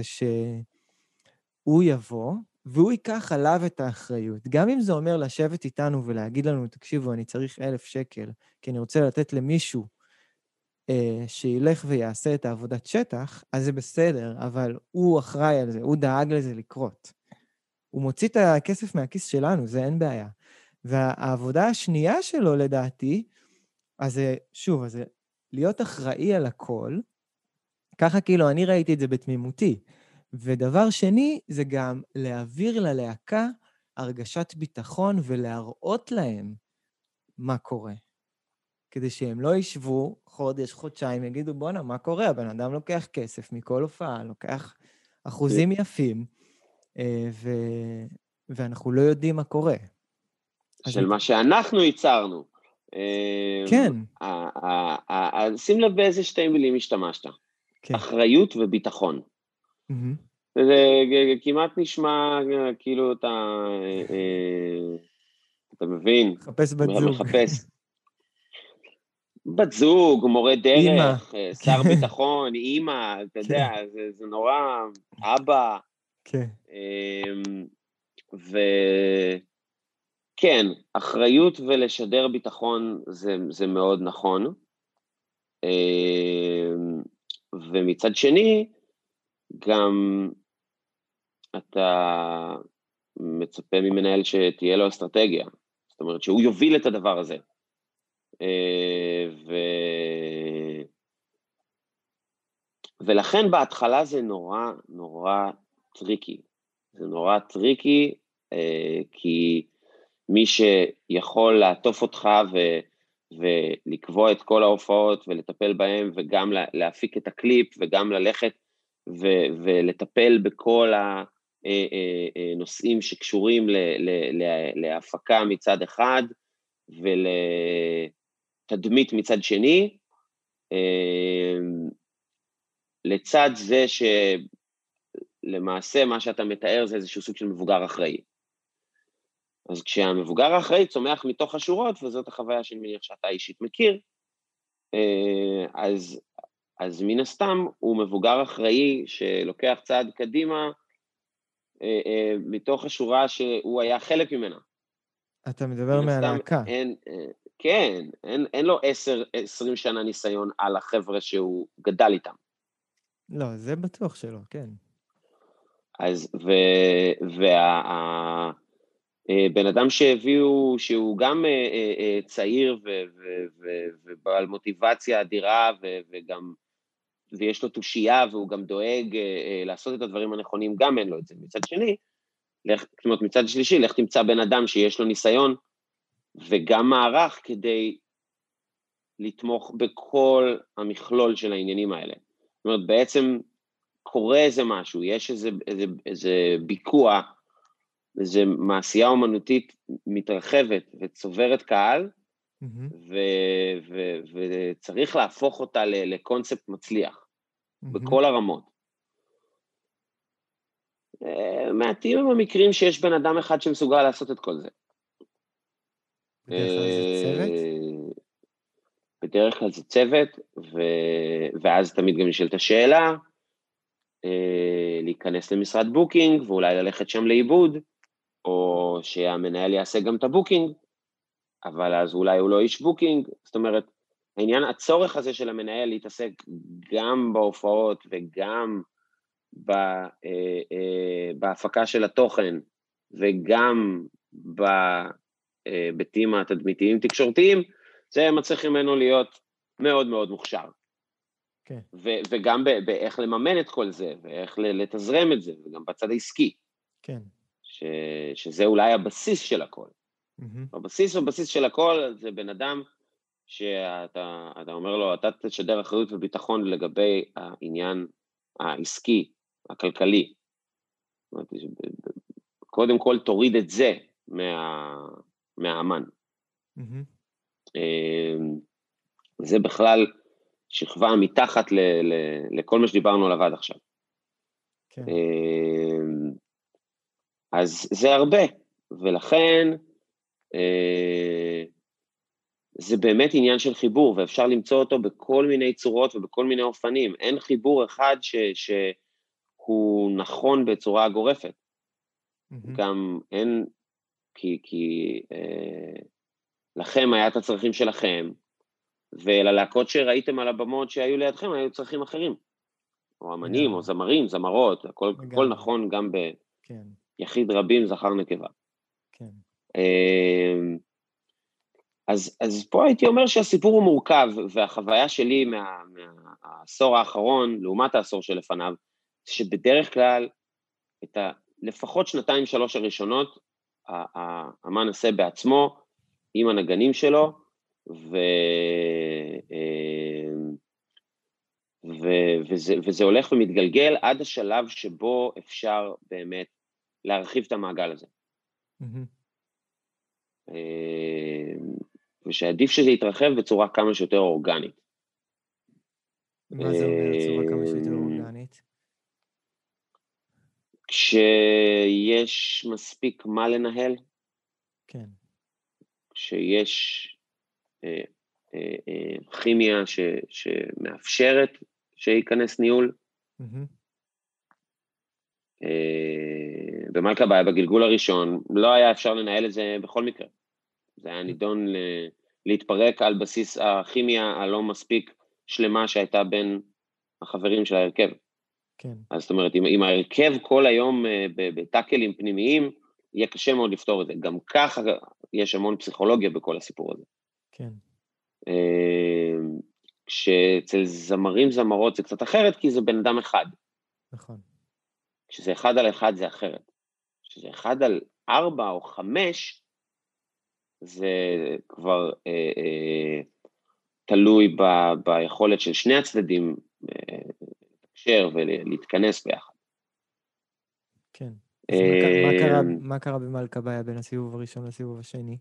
שהוא יבוא, והוא ייקח עליו את האחריות. גם אם זה אומר לשבת איתנו ולהגיד לנו, תקשיבו, אני צריך אלף שקל, כי אני רוצה לתת למישהו אה, שילך ויעשה את העבודת שטח, אז זה בסדר, אבל הוא אחראי על זה, הוא דאג לזה לקרות. הוא מוציא את הכסף מהכיס שלנו, זה אין בעיה. והעבודה השנייה שלו, לדעתי, אז זה, שוב, אז זה להיות אחראי על הכל, ככה כאילו אני ראיתי את זה בתמימותי. ודבר שני, זה גם להעביר ללהקה הרגשת ביטחון ולהראות להם מה קורה. כדי שהם לא ישבו חודש, חודשיים, יגידו, בונה, מה קורה? הבן אדם לוקח כסף מכל הופעה, לוקח אחוזים יפים, ו... ואנחנו לא יודעים מה קורה. של מה שאנחנו ייצרנו. כן. שים לב באיזה שתי מילים השתמשת. אחריות וביטחון. זה כמעט נשמע כאילו אתה, אתה מבין? מחפש בת זוג. מחפש. בת זוג, מורה דרך, שר ביטחון, אימא, אתה יודע, זה נורא, אבא. כן. וכן, אחריות ולשדר ביטחון זה מאוד נכון. ומצד שני, גם אתה מצפה ממנהל שתהיה לו אסטרטגיה. זאת אומרת, שהוא יוביל את הדבר הזה. ו... ולכן בהתחלה זה נורא, נורא טריקי. זה נורא טריקי, כי מי שיכול לעטוף אותך ו... ולקבוע את כל ההופעות ולטפל בהם, וגם להפיק את הקליפ, וגם ללכת ו- ולטפל בכל הנושאים שקשורים ל- ל- ל- להפקה מצד אחד, ולתדמית מצד שני, לצד זה שלמעשה מה שאתה מתאר זה איזשהו סוג של מבוגר אחראי. אז כשהמבוגר האחראי צומח מתוך השורות, וזאת החוויה שאני מניח שאתה אישית מכיר, אז אז מן הסתם הוא מבוגר אחראי שלוקח צעד קדימה, אה, אה, מתוך השורה שהוא היה חלק ממנה. אתה מדבר מהלהקה. אין, אה, כן, אין, אין לו עשר, עשרים שנה ניסיון על החבר'ה שהוא גדל איתם. לא, זה בטוח שלא, כן. אז, ו, וה, ה, בן אדם שהביאו, שהוא גם צעיר ו, ו, ו, ובעל מוטיבציה אדירה, ו, וגם, ויש לו תושייה, והוא גם דואג לעשות את הדברים הנכונים, גם אין לו את זה. מצד שני, לך, זאת אומרת, מצד שלישי, לך תמצא בן אדם שיש לו ניסיון, וגם מערך כדי לתמוך בכל המכלול של העניינים האלה. זאת אומרת, בעצם קורה איזה משהו, יש איזה, איזה, איזה ביקוע, איזה מעשייה אומנותית מתרחבת וצוברת קהל, mm-hmm. ו- ו- וצריך להפוך אותה ל- לקונספט מצליח, mm-hmm. בכל הרמות. מעטים הם המקרים שיש בן אדם אחד שמסוגל לעשות את כל זה. בדרך כלל זה צוות? בדרך כלל זה צוות, ו- ואז תמיד גם נשאלת השאלה, להיכנס למשרד בוקינג, ואולי ללכת שם לאיבוד, או שהמנהל יעשה גם את הבוקינג, אבל אז אולי הוא לא איש בוקינג, זאת אומרת, העניין, הצורך הזה של המנהל להתעסק גם בהופעות וגם בהפקה של התוכן, וגם בבתים התדמיתיים תקשורתיים, זה מצריך ממנו להיות מאוד מאוד מוכשר. כן. ו- וגם באיך לממן את כל זה, ואיך לתזרם את זה, וגם בצד העסקי. כן. ש- שזה אולי הבסיס של הכל. Mm-hmm. הבסיס והבסיס של הכל זה בן אדם שאתה אתה אומר לו, אתה תשדר אחריות וביטחון לגבי העניין העסקי, הכלכלי. קודם כל תוריד את זה מה, מהאמן. Mm-hmm. זה בכלל שכבה מתחת ל, ל, לכל מה שדיברנו עליו עד עכשיו. כן. אז זה הרבה, ולכן זה באמת עניין של חיבור, ואפשר למצוא אותו בכל מיני צורות ובכל מיני אופנים. אין חיבור אחד ש, שהוא נכון בצורה גורפת. Mm-hmm. גם אין, כי, כי אה, לכם היה את הצרכים שלכם, וללהקות שראיתם על הבמות שהיו לידכם, היו צרכים אחרים. או אמנים, yeah. או זמרים, זמרות, הכל, הכל נכון גם ביחיד כן. רבים, זכר נקבה. כן. אה, אז, אז פה הייתי אומר שהסיפור הוא מורכב, והחוויה שלי מה, מהעשור האחרון, לעומת העשור שלפניו, שבדרך כלל, את ה, לפחות שנתיים שלוש הראשונות, האמן עושה בעצמו, עם הנגנים שלו, ו, ו, וזה, וזה הולך ומתגלגל עד השלב שבו אפשר באמת להרחיב את המעגל הזה. Mm-hmm. ושעדיף שזה יתרחב בצורה כמה שיותר אורגנית. מה זה אומר, צורה כמה שיותר אורגנית? כשיש מספיק מה לנהל. כן. כשיש אה, אה, אה, כימיה ש, שמאפשרת שייכנס ניהול. Mm-hmm. אה, במלכה בעיה, בגלגול הראשון, לא היה אפשר לנהל את זה בכל מקרה. זה היה נידון ל... להתפרק על בסיס הכימיה הלא מספיק שלמה שהייתה בין החברים של ההרכב. כן. אז זאת אומרת, אם, אם ההרכב כל היום בטאקלים פנימיים, יהיה קשה מאוד לפתור את זה. גם ככה יש המון פסיכולוגיה בכל הסיפור הזה. כן. כשאצל זמרים זמרות זה קצת אחרת, כי זה בן אדם אחד. נכון. כשזה אחד על אחד זה אחרת. כשזה אחד על ארבע או חמש, זה כבר אה, אה, תלוי ב, ביכולת של שני הצדדים אה, לתקשר ולהתכנס ביחד. כן. אז אה, מה, מה, קרה, מה קרה במלכה בעיה בין הסיבוב הראשון לסיבוב השני?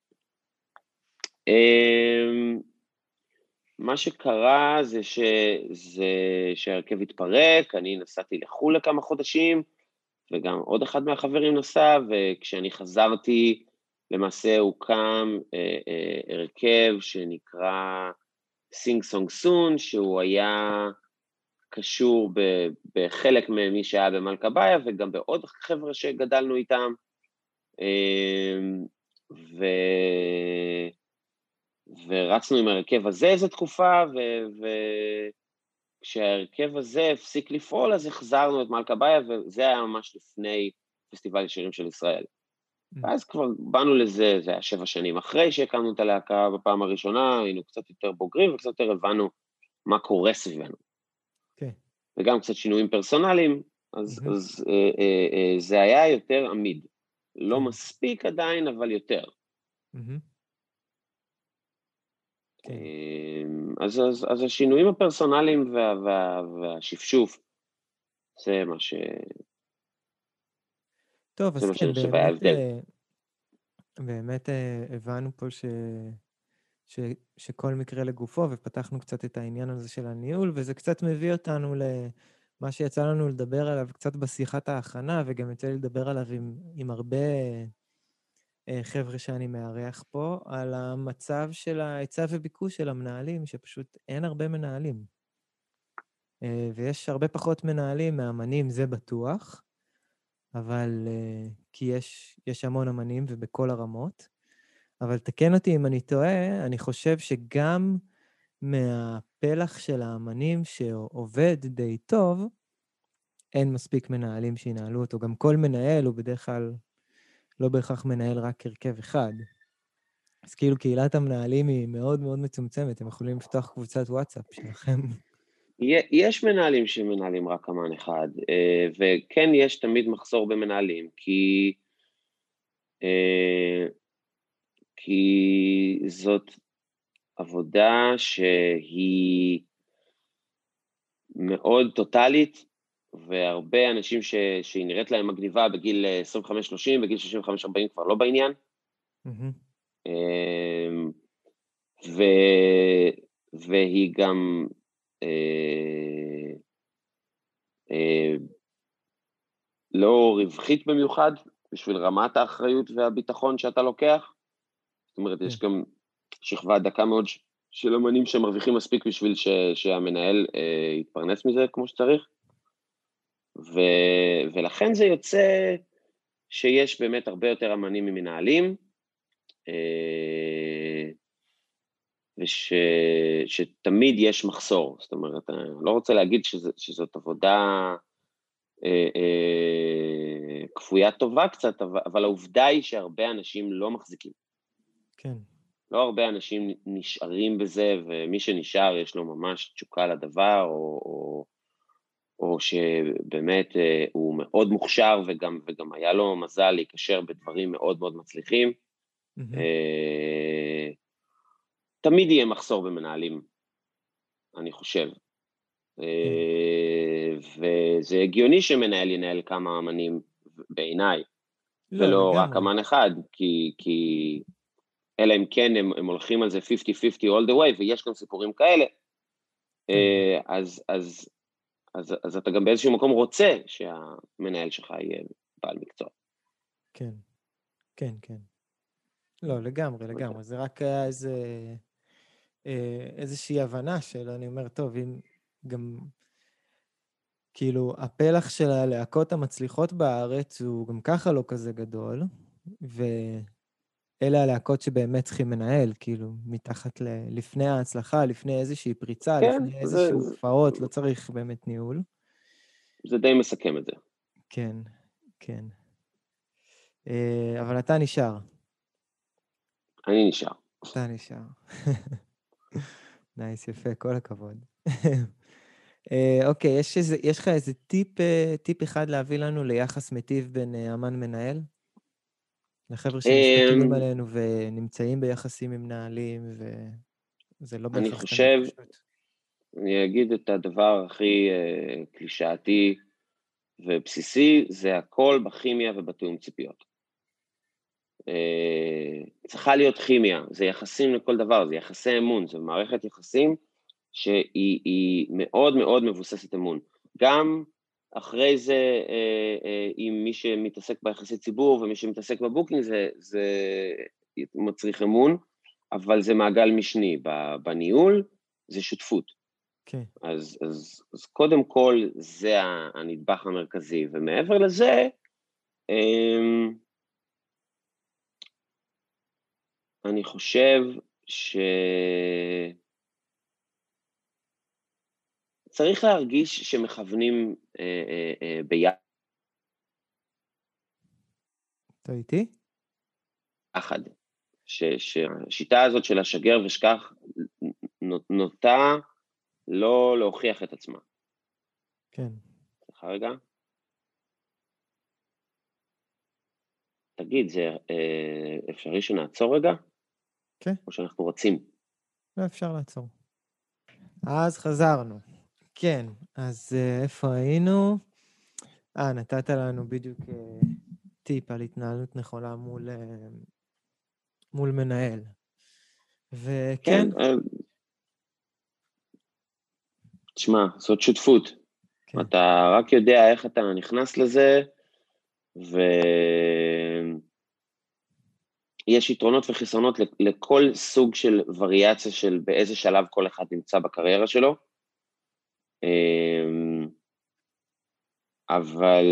אה, מה שקרה זה, ש, זה שהרכב התפרק, אני נסעתי לחול לכמה חודשים, וגם עוד אחד מהחברים נסע, וכשאני חזרתי, למעשה הוקם אה, אה, הרכב שנקרא סינג סונג סון, שהוא היה קשור ב- בחלק ממי שהיה במלכבאיה, וגם בעוד חבר'ה שגדלנו איתם, ו... ורצנו עם הרכב הזה איזו תקופה, וכשהרכב הזה הפסיק לפעול, אז החזרנו את מלכבאיה, וזה היה ממש לפני פסטיבל שירים של ישראל. ואז כבר באנו לזה, זה היה שבע שנים אחרי שהקמנו את הלהקה בפעם הראשונה, היינו קצת יותר בוגרים, וקצת יותר הבנו מה קורה סביבנו. Okay. וגם קצת שינויים פרסונליים, אז, mm-hmm. אז אה, אה, אה, זה היה יותר עמיד. לא okay. מספיק עדיין, אבל יותר. Mm-hmm. Okay. אז, אז, אז השינויים הפרסונליים וה, וה, והשפשוף, זה מה ש... טוב, אז כן, באמת, באמת הבנו פה ש... ש... שכל מקרה לגופו, ופתחנו קצת את העניין הזה של הניהול, וזה קצת מביא אותנו למה שיצא לנו לדבר עליו קצת בשיחת ההכנה, וגם יצא לי לדבר עליו עם, עם הרבה חבר'ה שאני מארח פה, על המצב של ההיצע וביקוש של המנהלים, שפשוט אין הרבה מנהלים. ויש הרבה פחות מנהלים מאמנים, זה בטוח, אבל כי יש, יש המון אמנים ובכל הרמות, אבל תקן אותי אם אני טועה, אני חושב שגם מהפלח של האמנים שעובד די טוב, אין מספיק מנהלים שינהלו אותו. גם כל מנהל הוא בדרך כלל לא בהכרח מנהל רק הרכב אחד. אז כאילו קהילת המנהלים היא מאוד מאוד מצומצמת, הם יכולים לפתוח קבוצת וואטסאפ שלכם. יש מנהלים שמנהלים רק אמן אחד, וכן יש תמיד מחסור במנהלים, כי, כי זאת עבודה שהיא מאוד טוטלית, והרבה אנשים ש, שהיא נראית להם מגניבה בגיל עשרים וחמש שלושים, בגיל שישים וחמש ארבעים כבר לא בעניין. Mm-hmm. ו, והיא גם אה, אה, לא רווחית במיוחד, בשביל רמת האחריות והביטחון שאתה לוקח. זאת אומרת, יש גם שכבה דקה מאוד של אמנים שמרוויחים מספיק בשביל ש, שהמנהל אה, יתפרנס מזה כמו שצריך. ו, ולכן זה יוצא שיש באמת הרבה יותר אמנים ממנהלים, אה, וש, שתמיד יש מחסור. זאת אומרת, אני לא רוצה להגיד שזה, שזאת עבודה אה, אה, כפויה טובה קצת, אבל, אבל העובדה היא שהרבה אנשים לא מחזיקים. כן. לא הרבה אנשים נשארים בזה, ומי שנשאר יש לו ממש תשוקה לדבר, או, או, או שבאמת אה, הוא מאוד מוכשר, וגם, וגם היה לו מזל להיקשר בדברים מאוד מאוד מצליחים. Mm-hmm. אה, תמיד יהיה מחסור במנהלים, אני חושב. וזה הגיוני שמנהל ינהל כמה אמנים בעיניי, ולא רק אמן אחד, כי אלא אם כן הם הולכים על זה חמישים חמישים all the way, ויש גם סיפורים כאלה, אז אתה גם באיזשהו מקום רוצה שהמנהל שלך יהיה בעל מקצוע. כן, כן, כן. לא, לגמרי, לגמרי. זה רק היה איזה, איזושהי הבנה של, אני אומר, טוב, אם גם, כאילו, הפלח של הלהקות המצליחות בארץ הוא גם ככה לא כזה גדול, ואלה הלהקות שבאמת צריכים מנהל, כאילו, מתחת ל... לפני ההצלחה, לפני איזושהי פריצה, כן, לפני איזושהי הופעות, לא צריך באמת ניהול. זה די מסכם את זה. כן, כן. אבל אתה נשאר. אני נשאר. אתה נשאר. נייס, יפה, כל הכבוד. אוקיי, יש, איזה, יש לך איזה טיפ, טיפ אחד להביא לנו ליחס מטיב בין אמן מנהל? לחבר'ה שמסתכלים עלינו ונמצאים ביחסים עם מנהלים, וזה לא בהכרח... אני חושב, אני אגיד את הדבר הכי קלישאתי ובסיסי, זה הכל בכימיה ובתיאום ציפיות. צריכה להיות כימיה, זה יחסים לכל דבר, זה יחסי אמון, זה מערכת יחסים שהיא מאוד מאוד מבוססת אמון. גם אחרי זה, עם מי שמתעסק ביחסי ציבור ומי שמתעסק בבוקינג, זה, זה מצריך אמון, אבל זה מעגל משני. בניהול, זה שותפות. כן. אז, אז, אז קודם כל זה הנדבך המרכזי, ומעבר לזה, אני חושב שצריך להרגיש שמכוונים אה, אה, אה, ביחד. אתה איתי? יחד. ש, שהשיטה הזאת של השגר ושכח נוטה לא להוכיח את עצמה. כן. סליחה רגע. תגיד, זה אה, אפשרי שנעצור רגע? כן. או שאנחנו רוצים? לא אפשר לעצור. אז חזרנו. כן, אז uh, איפה היינו? אה, נתת לנו בדיוק uh, טיפ על התנהלות נכונה מול, uh, מול מנהל. וכן. כן, אה, תשמע, זאת שותפות. כן. אתה רק יודע איך אתה נכנס לזה, ויש יתרונות וחסרונות לכל סוג של וריאציה של באיזה שלב כל אחד נמצא בקריירה שלו. אבל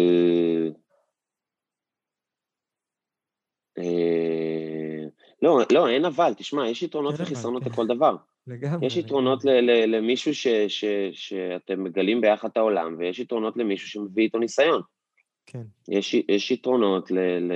לא, לא, אין אבל, תשמע, יש יתרונות וחסרונות לכל דבר. לגמרי. יש יתרונות למישהו שאתם מגלים ביחד את העולם, ויש יתרונות למישהו שמביא איתו ניסיון. כן. יש, יש יתרונות ל, ל,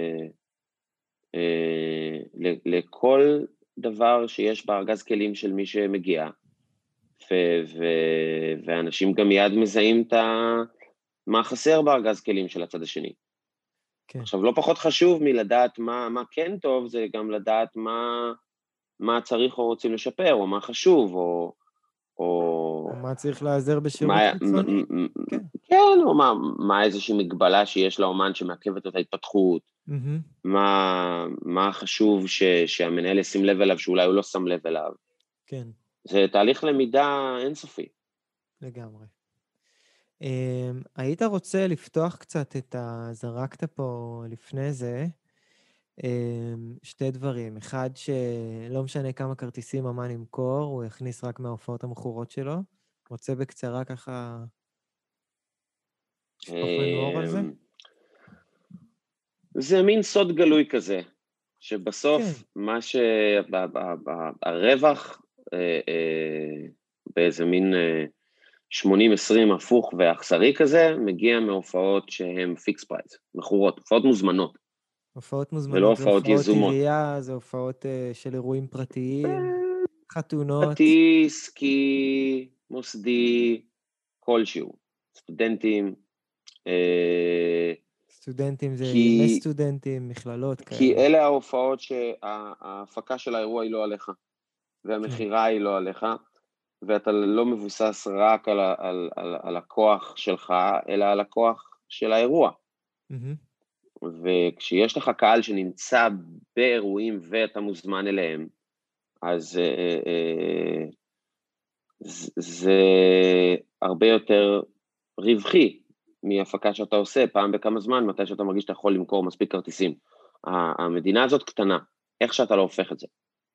ל, לכל דבר שיש בארגז כלים של מי שמגיע, ו, ו, ואנשים גם מיד מזהים את מה חסר בארגז כלים של הצד השני. כן. עכשיו, לא פחות חשוב מלדעת מה, מה כן טוב, זה גם לדעת מה, מה צריך או רוצים לשפר, או מה חשוב, או... או מה צריך לעזר בשירות מה, חיצוני. מ, כן. כן, או מה, מה איזושהי מגבלה שיש לאומן שמעכבת את ההתפתחות, mm-hmm. מה, מה חשוב ש, שהמנהל ישים לב אליו, שאולי הוא לא שם לב אליו. כן. זה תהליך למידה אינסופי. לגמרי. Um, היית רוצה לפתוח קצת את ה... זרקת פה לפני זה, um, שתי דברים. אחד, שלא משנה כמה כרטיסים אמן ימכור, הוא יכניס רק מההופעות המכורות שלו. רוצה בקצרה ככה... שפוך לנו אור על זה? זה מין סוד גלוי כזה, שבסוף כן. מה שהרווח אה, אה, באיזה מין אה, שמונים עשרים הפוך ואכזרי כזה, מגיע מהופעות שהן פיקס פרייס, מכורות, הופעות מוזמנות. הופעות מוזמנות, ולא הופעות יזומות. הופעות עירייה, זה הופעות uh, של אירועים פרטיים, חתונות. פרטי, סקי, מוסדי, כלשהו. סטודנטים. אה, סטודנטים זה ימי סטודנטים, מכללות כאלה. כי אלה ההופעות שההפקה של האירוע היא לא עליך, והמחירה היא לא עליך, ואתה לא מבוסס רק על, על, על, על הכוח שלך, אלא על הכוח של האירוע. וכשיש לך קהל שנמצא באירועים ואתה מוזמן אליהם, אז אה, אה, זה הרבה יותר רווחי מהפקה שאתה עושה פעם בכמה זמן, מתי שאתה מרגיש שאתה יכול למכור מספיק כרטיסים. המדינה הזאת קטנה, איך שאתה לא הופך את זה.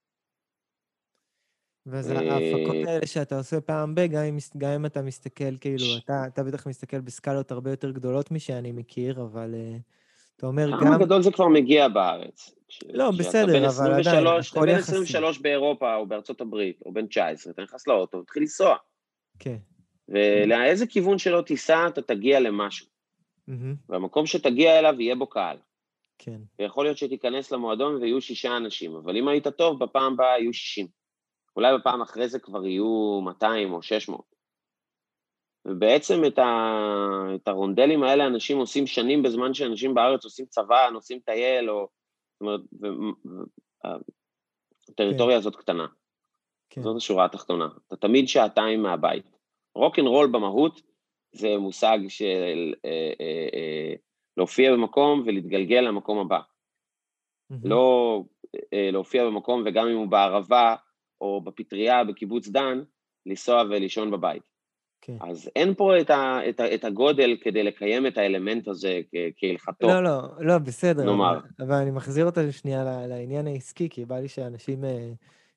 ואז ההפקות האלה שאתה עושה פעם ב, גם אם, גם אם אתה מסתכל, כאילו, אתה, אתה בטח מסתכל בסקלות הרבה יותר גדולות משאני מכיר, אבל אתה אומר גם... כמה גדול זה כבר מגיע בארץ. לא, בסדר, אבל עדיין, הכל יחסי. אתה בין עשרים ושלוש באירופה או בארצות הברית, או בין תשע עשרה, אתה נכנס לאוטו, תתחיל לנסוע. כן. ולאיזה כיוון שלא תיסע, אתה תגיע למשהו. והמקום שתגיע אליו יהיה בו קהל. כן. ויכול להיות שתיכנס למועדון ויהיו שישה אנשים, אבל אם היית טוב, בפעם הבאה יהיו שישים. אולי בפעם אחרי זה כבר יהיו מאתיים או שש מאות. ובעצם את, ה... את הרונדלים האלה אנשים עושים שנים בזמן שאנשים בארץ עושים צבא, נוסעים טייל, או... זאת אומרת, ו... הטריטוריה כן. הזאת קטנה. כן. זאת השורה התחתונה. אתה תמיד שעתיים מהבית. רוק-אנד-רול במהות זה מושג של אה, אה, אה, להופיע במקום ולהתגלגל למקום הבא. Mm-hmm. לא אה, להופיע במקום וגם אם הוא בערבה או בפטריה בקיבוץ דן, לנסוע ולישון בבית. Okay. אז אין פה את, ה, את, ה, את הגודל כדי לקיים את האלמנט הזה כהלכתו. לא, לא, לא, בסדר. נאמר. אבל, אבל אני מחזיר אותה שנייה לעניין העסקי, כי בא לי שאנשים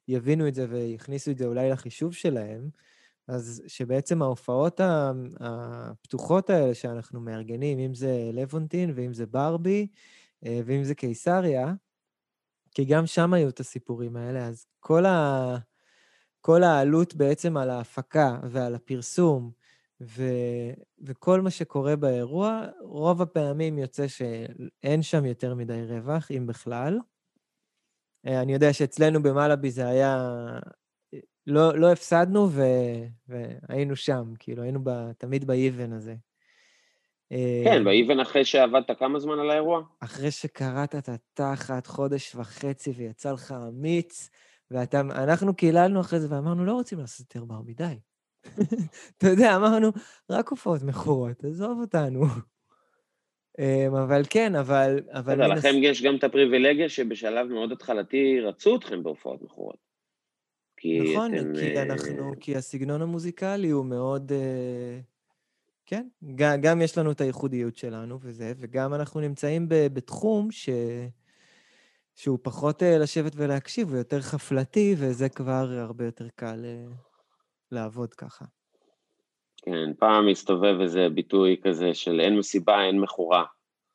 יבינו את זה ויכניסו את זה אולי לחישוב שלהם, אז שבעצם ההופעות הפתוחות האלה שאנחנו מארגנים, אם זה לבונטין ואם זה ברבי, ואם זה קיסריה, כי גם שם היו את הסיפורים האלה, אז כל, ה... כל העלות בעצם על ההפקה ועל הפרסום, ו... וכל מה שקורה באירוע, רוב הפעמים יוצא שאין שם יותר מדי רווח, אם בכלל. אני יודע שאצלנו במלאבי זה היה... לא, לא הפסדנו ו... והיינו שם, כאילו היינו ב... תמיד באיבן הזה. כן, באיבן אחרי שעבדת כמה זמן על האירוע? אחרי שקראת את התחת חודש וחצי ויצא לך אמיץ, ואנחנו קיללנו אחרי זה ואמרנו, לא רוצים לעשות יותר ברבי, די. אתה יודע, אמרנו, רק הופעות מכורות, עזוב אותנו. אבל כן, אבל... בסדר, לכם יש גם את הפריבילגיה שבשלב מאוד התחלתי רצו אתכם בהופעות מכורות. נכון, כי אנחנו, כי הסגנון המוזיקלי הוא מאוד... כן, גם יש לנו את הייחודיות שלנו וזה, וגם אנחנו נמצאים בתחום ש... שהוא פחות לשבת ולהקשיב, הוא יותר חפלתי, וזה כבר הרבה יותר קל לעבוד ככה. כן, פעם מסתובב איזה ביטוי כזה של אין מסיבה, אין מכורה,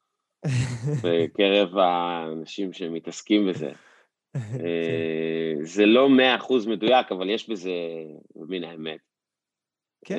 בקרב האנשים שמתעסקים בזה. זה לא מאה אחוז מדויק, אבל יש בזה מן האמת. כן.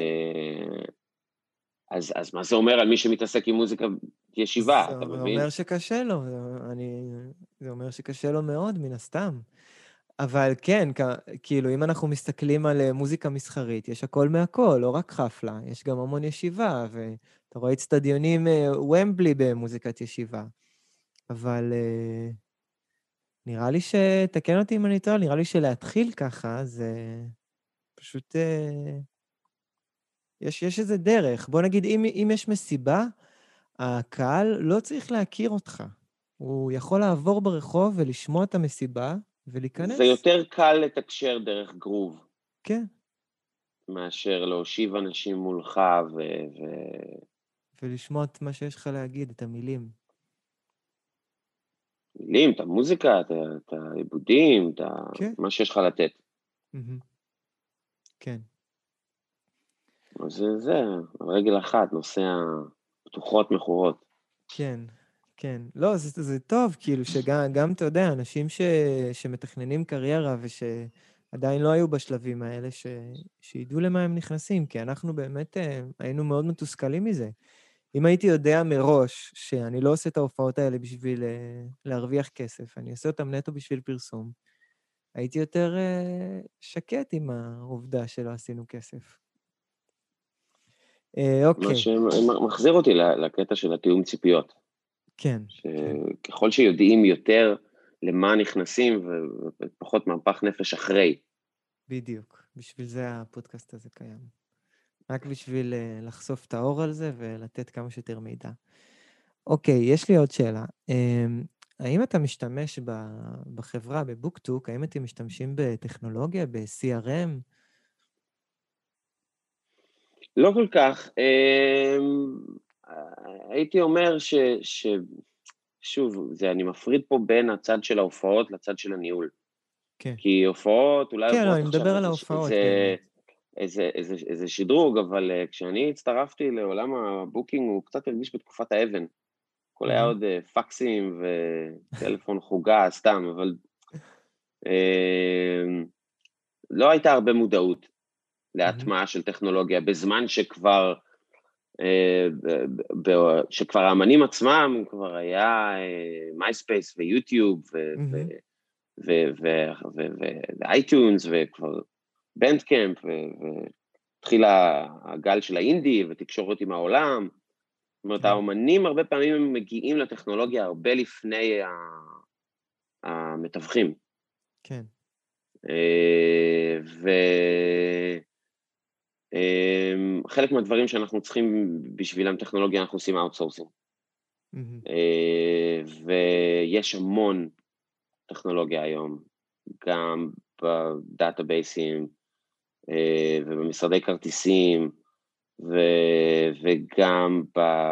אז, אז מה זה אומר על מי שמתעסק עם מוזיקה ישיבה, אתה מבין? זה אומר שקשה לו, אני, זה אומר שקשה לו מאוד, מן הסתם. אבל כן, כאילו, אם אנחנו מסתכלים על מוזיקה מסחרית, יש הכל מהכל, לא רק חפלה, יש גם המון ישיבה, ואתה רואה אצטדיונים ומבלי במוזיקת ישיבה. אבל נראה לי שתקן אותי אם אני טועה, נראה לי שלהתחיל ככה, זה פשוט... יש, יש איזה דרך. בוא נגיד, אם, אם יש מסיבה, הקהל לא צריך להכיר אותך. הוא יכול לעבור ברחוב ולשמוע את המסיבה ולהיכנס. זה יותר קל לתקשר דרך גרוב. כן. מאשר להושיב אנשים מולך ו... ו... ולשמוע את מה שיש לך להגיד, את המילים. מילים, את המוזיקה, את, את העיבודים, את כן. מה שיש לך לתת. Mm-hmm. כן. אז זה, זה, רגל אחת, נושא הפתוחות מכורות. כן, כן. לא, זה, זה טוב, כאילו, שגם, גם, אתה יודע, אנשים ש, שמתכננים קריירה ושעדיין לא היו בשלבים האלה, ש, שידעו למה הם נכנסים, כי אנחנו באמת היינו מאוד מתוסכלים מזה. אם הייתי יודע מראש שאני לא עושה את ההופעות האלה בשביל להרוויח כסף, אני עושה אותם נטו בשביל פרסום, הייתי יותר שקט עם העובדה שלא עשינו כסף. אוקיי. מה שמחזיר אותי לקטע של התיאום ציפיות. כן. שככל שיודעים יותר למה נכנסים, ופחות מהפך נפש אחרי. בדיוק. בשביל זה הפודקאסט הזה קיים. רק בשביל לחשוף את האור על זה ולתת כמה שיותר מידע. אוקיי, יש לי עוד שאלה. האם אתה משתמש בחברה, בבוקטוק, האם אתם משתמשים בטכנולוגיה, ב-סי אר אם? לא כל כך. הייתי אומר ש... ש... שוב, זה, אני מפריד פה בין הצד של ההופעות לצד של הניהול. כן. כי הופעות, אולי כן, הופעות לא, אני עכשיו, מדבר על ההופעות באמת. איזה, איזה, איזה שדרוג, אבל uh, כשאני הצטרפתי לעולם הבוקינג, הוא קצת הרגיש בתקופת האבן. כל היה עוד uh, פקסים וטלפון חוגה, סתם, אבל uh, לא הייתה הרבה מודעות להטמעה של טכנולוגיה, בזמן שכבר, uh, ב, ב, שכבר האמנים עצמם, כבר היה מייספייס ויוטיוב ואייטיונס, וכבר בנדקאמפ, והתחיל הגל של האינדי ותקשורת עם העולם. זאת אומרת, האומנים הרבה פעמים הם מגיעים לטכנולוגיה הרבה לפני המתווכים. כן. וחלק מהדברים שאנחנו צריכים בשבילם טכנולוגיה, אנחנו עושים אאוטסורסינג. ויש המון טכנולוגיה היום, גם בדאטאבייסים, ובמשרדי כרטיסים, וגם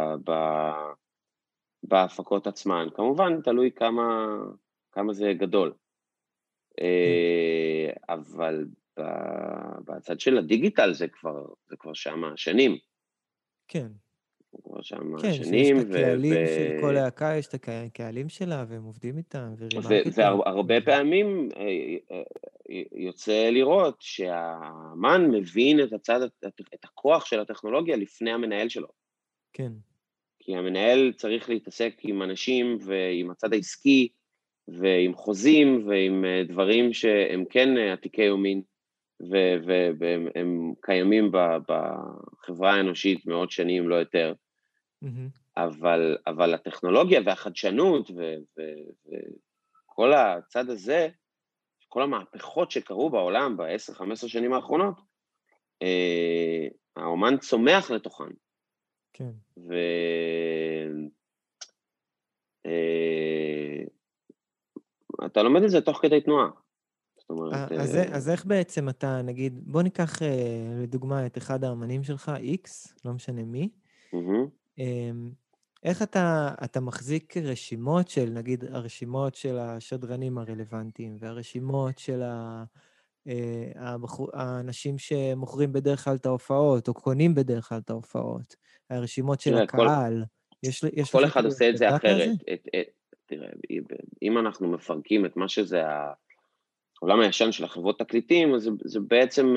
בהפקות עצמן. כמובן, תלוי כמה זה גדול. אבל בצד של הדיגיטל זה כבר, זה כבר שמה שנים. כן. זה כבר שמה כן, שיש שנים, את הקהלים של כל להקה, יש את הקהלים שלה, והם עובדים איתם, ורימרקטינג. והרבה פעמים יוצא לראות שהאמן מבין את הצד, את הכוח של הטכנולוגיה לפני המנהל שלו. כן. כי המנהל צריך להתעסק עם אנשים ועם הצד העסקי, ועם חוזים, ועם דברים שהם כן עתיקי יומין, והם קיימים בחברה האנושית מאות שנים, לא יותר. אבל, אבל הטכנולוגיה והחדשנות וכל הצד הזה, כל המהפכות שקרו בעולם ב-עשר חמש עשרה שנים האחרונות, האומן צומח לתוכן. כן. ו... אתה לומד את זה תוך כדי תנועה. זאת אומרת... אז, אז איך בעצם אתה, נגיד, בוא ניקח לדוגמה את אחד האמנים שלך, X, לא משנה מי, איך אתה, אתה מחזיק רשימות של, נגיד, הרשימות של השדרנים הרלוונטיים, והרשימות של ה... האנשים שמוכרים בדרך כלל את ההופעות, או קונים בדרך כלל את ההופעות, הרשימות של הקהל, יש, יש כל לך אחד כאילו עושה את זה אחרת. את, את, תראה, אם אנחנו מפרקים את מה שזה העולם הישן של החברות תקליטים, אז זה, זה בעצם,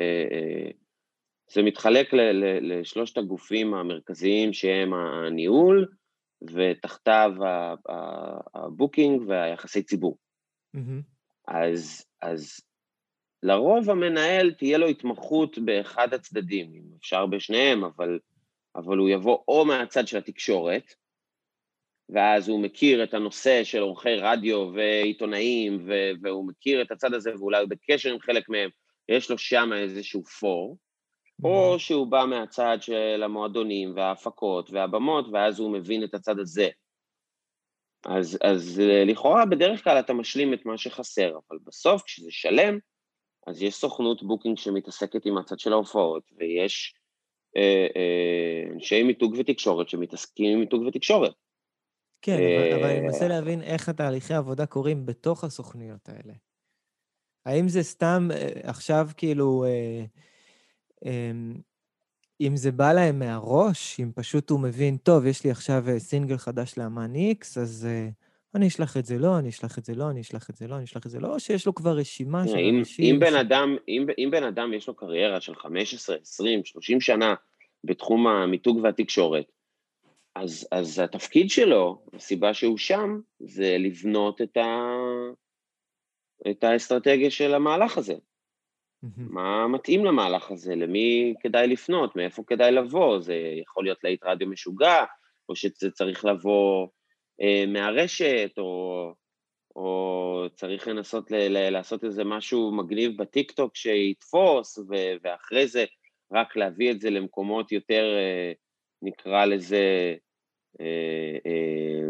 זה מתחלק ל, ל, לשלושת הגופים המרכזיים שהם הניהול, ותחתיו הבוקינג והיחסי ציבור. Mm-hmm. אז, אז לרוב המנהל תהיה לו התמחות באחד הצדדים, אם אפשר בשניהם, אבל, אבל הוא יבוא או מהצד של התקשורת, ואז הוא מכיר את הנושא של עורכי רדיו ועיתונאים, והוא מכיר את הצד הזה, ואולי הוא בקשר עם חלק מהם, יש לו שם איזשהו פור, mm-hmm. או שהוא בא מהצד של המועדונים וההפקות והבמות, ואז הוא מבין את הצד הזה. אז, אז לכאורה בדרך כלל אתה משלים את מה שחסר, אבל בסוף כשזה שלם, אז יש סוכנות בוקינג שמתעסקת עם הצד של ההופעות, ויש אה, אה, אנשי מיתוג ותקשורת שמתעסקים עם מיתוג ותקשורת. כן, אבל, אבל אני מנסה להבין איך התהליכי העבודה קורים בתוך הסוכניות האלה. האם זה סתם עכשיו כאילו, אה, אה, אם זה בא להם מהראש, אם פשוט הוא מבין, טוב, יש לי עכשיו סינגל חדש לאמן X, אז אה, אני אשלח את זה לא, אני אשלח את זה לא, אני אשלח את זה לא, אני אשלח את זה לא, או שיש לו כבר רשימה של אם, אנשים... אם בן ש... אדם, אם, אם בן אדם יש לו קריירה של חמש עשרה, עשרים, שלושים שנה בתחום המיתוג והתקשורת, אז, אז התפקיד שלו, הסיבה שהוא שם, זה לבנות את, ה... את האסטרטגיה של המהלך הזה. מה מתאים למהלך הזה, למי כדאי לפנות, מאיפה כדאי לבוא, זה יכול להיות להיט רדיו משוגע, או שזה צריך לבוא אה, מהרשת, או, או צריך לנסות ל- ל- לעשות איזה משהו מגניב בטיקטוק שיתפוס, ו- ואחרי זה רק להביא את זה למקומות יותר, אה, נקרא לזה, אה, אה,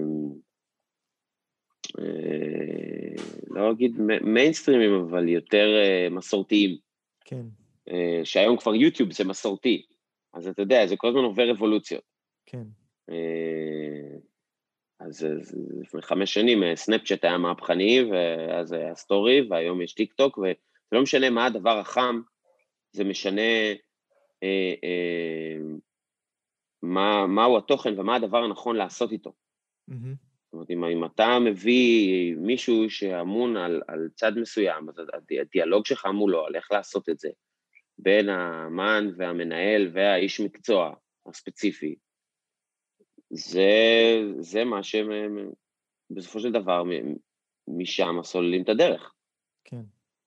אה, לא אגיד מיינסטרימים, אבל יותר אה, מסורתיים. כן. אה, שהיום כבר יוטיוב זה מסורתי, אז אתה יודע, זה כל הזמן עובר אבולוציות. כן. אה, אז לפני חמש שנים סנאפצ'אט היה מהפכני, ואז היה סטורי, והיום יש טיק טוק, וזה לא משנה מה הדבר החם, זה משנה אה, אה, מה, מהו התוכן ומה הדבר הנכון לעשות איתו. Mm-hmm. זאת אומרת, אם, אם אתה מביא מישהו שאמון על, על צד מסוים, אז הדיאלוג שלך מולו, על איך לעשות את זה, בין האמן והמנהל והאיש מקצוע הספציפי, זה, זה מה שבסופו של דבר משם סוללים את הדרך. כן.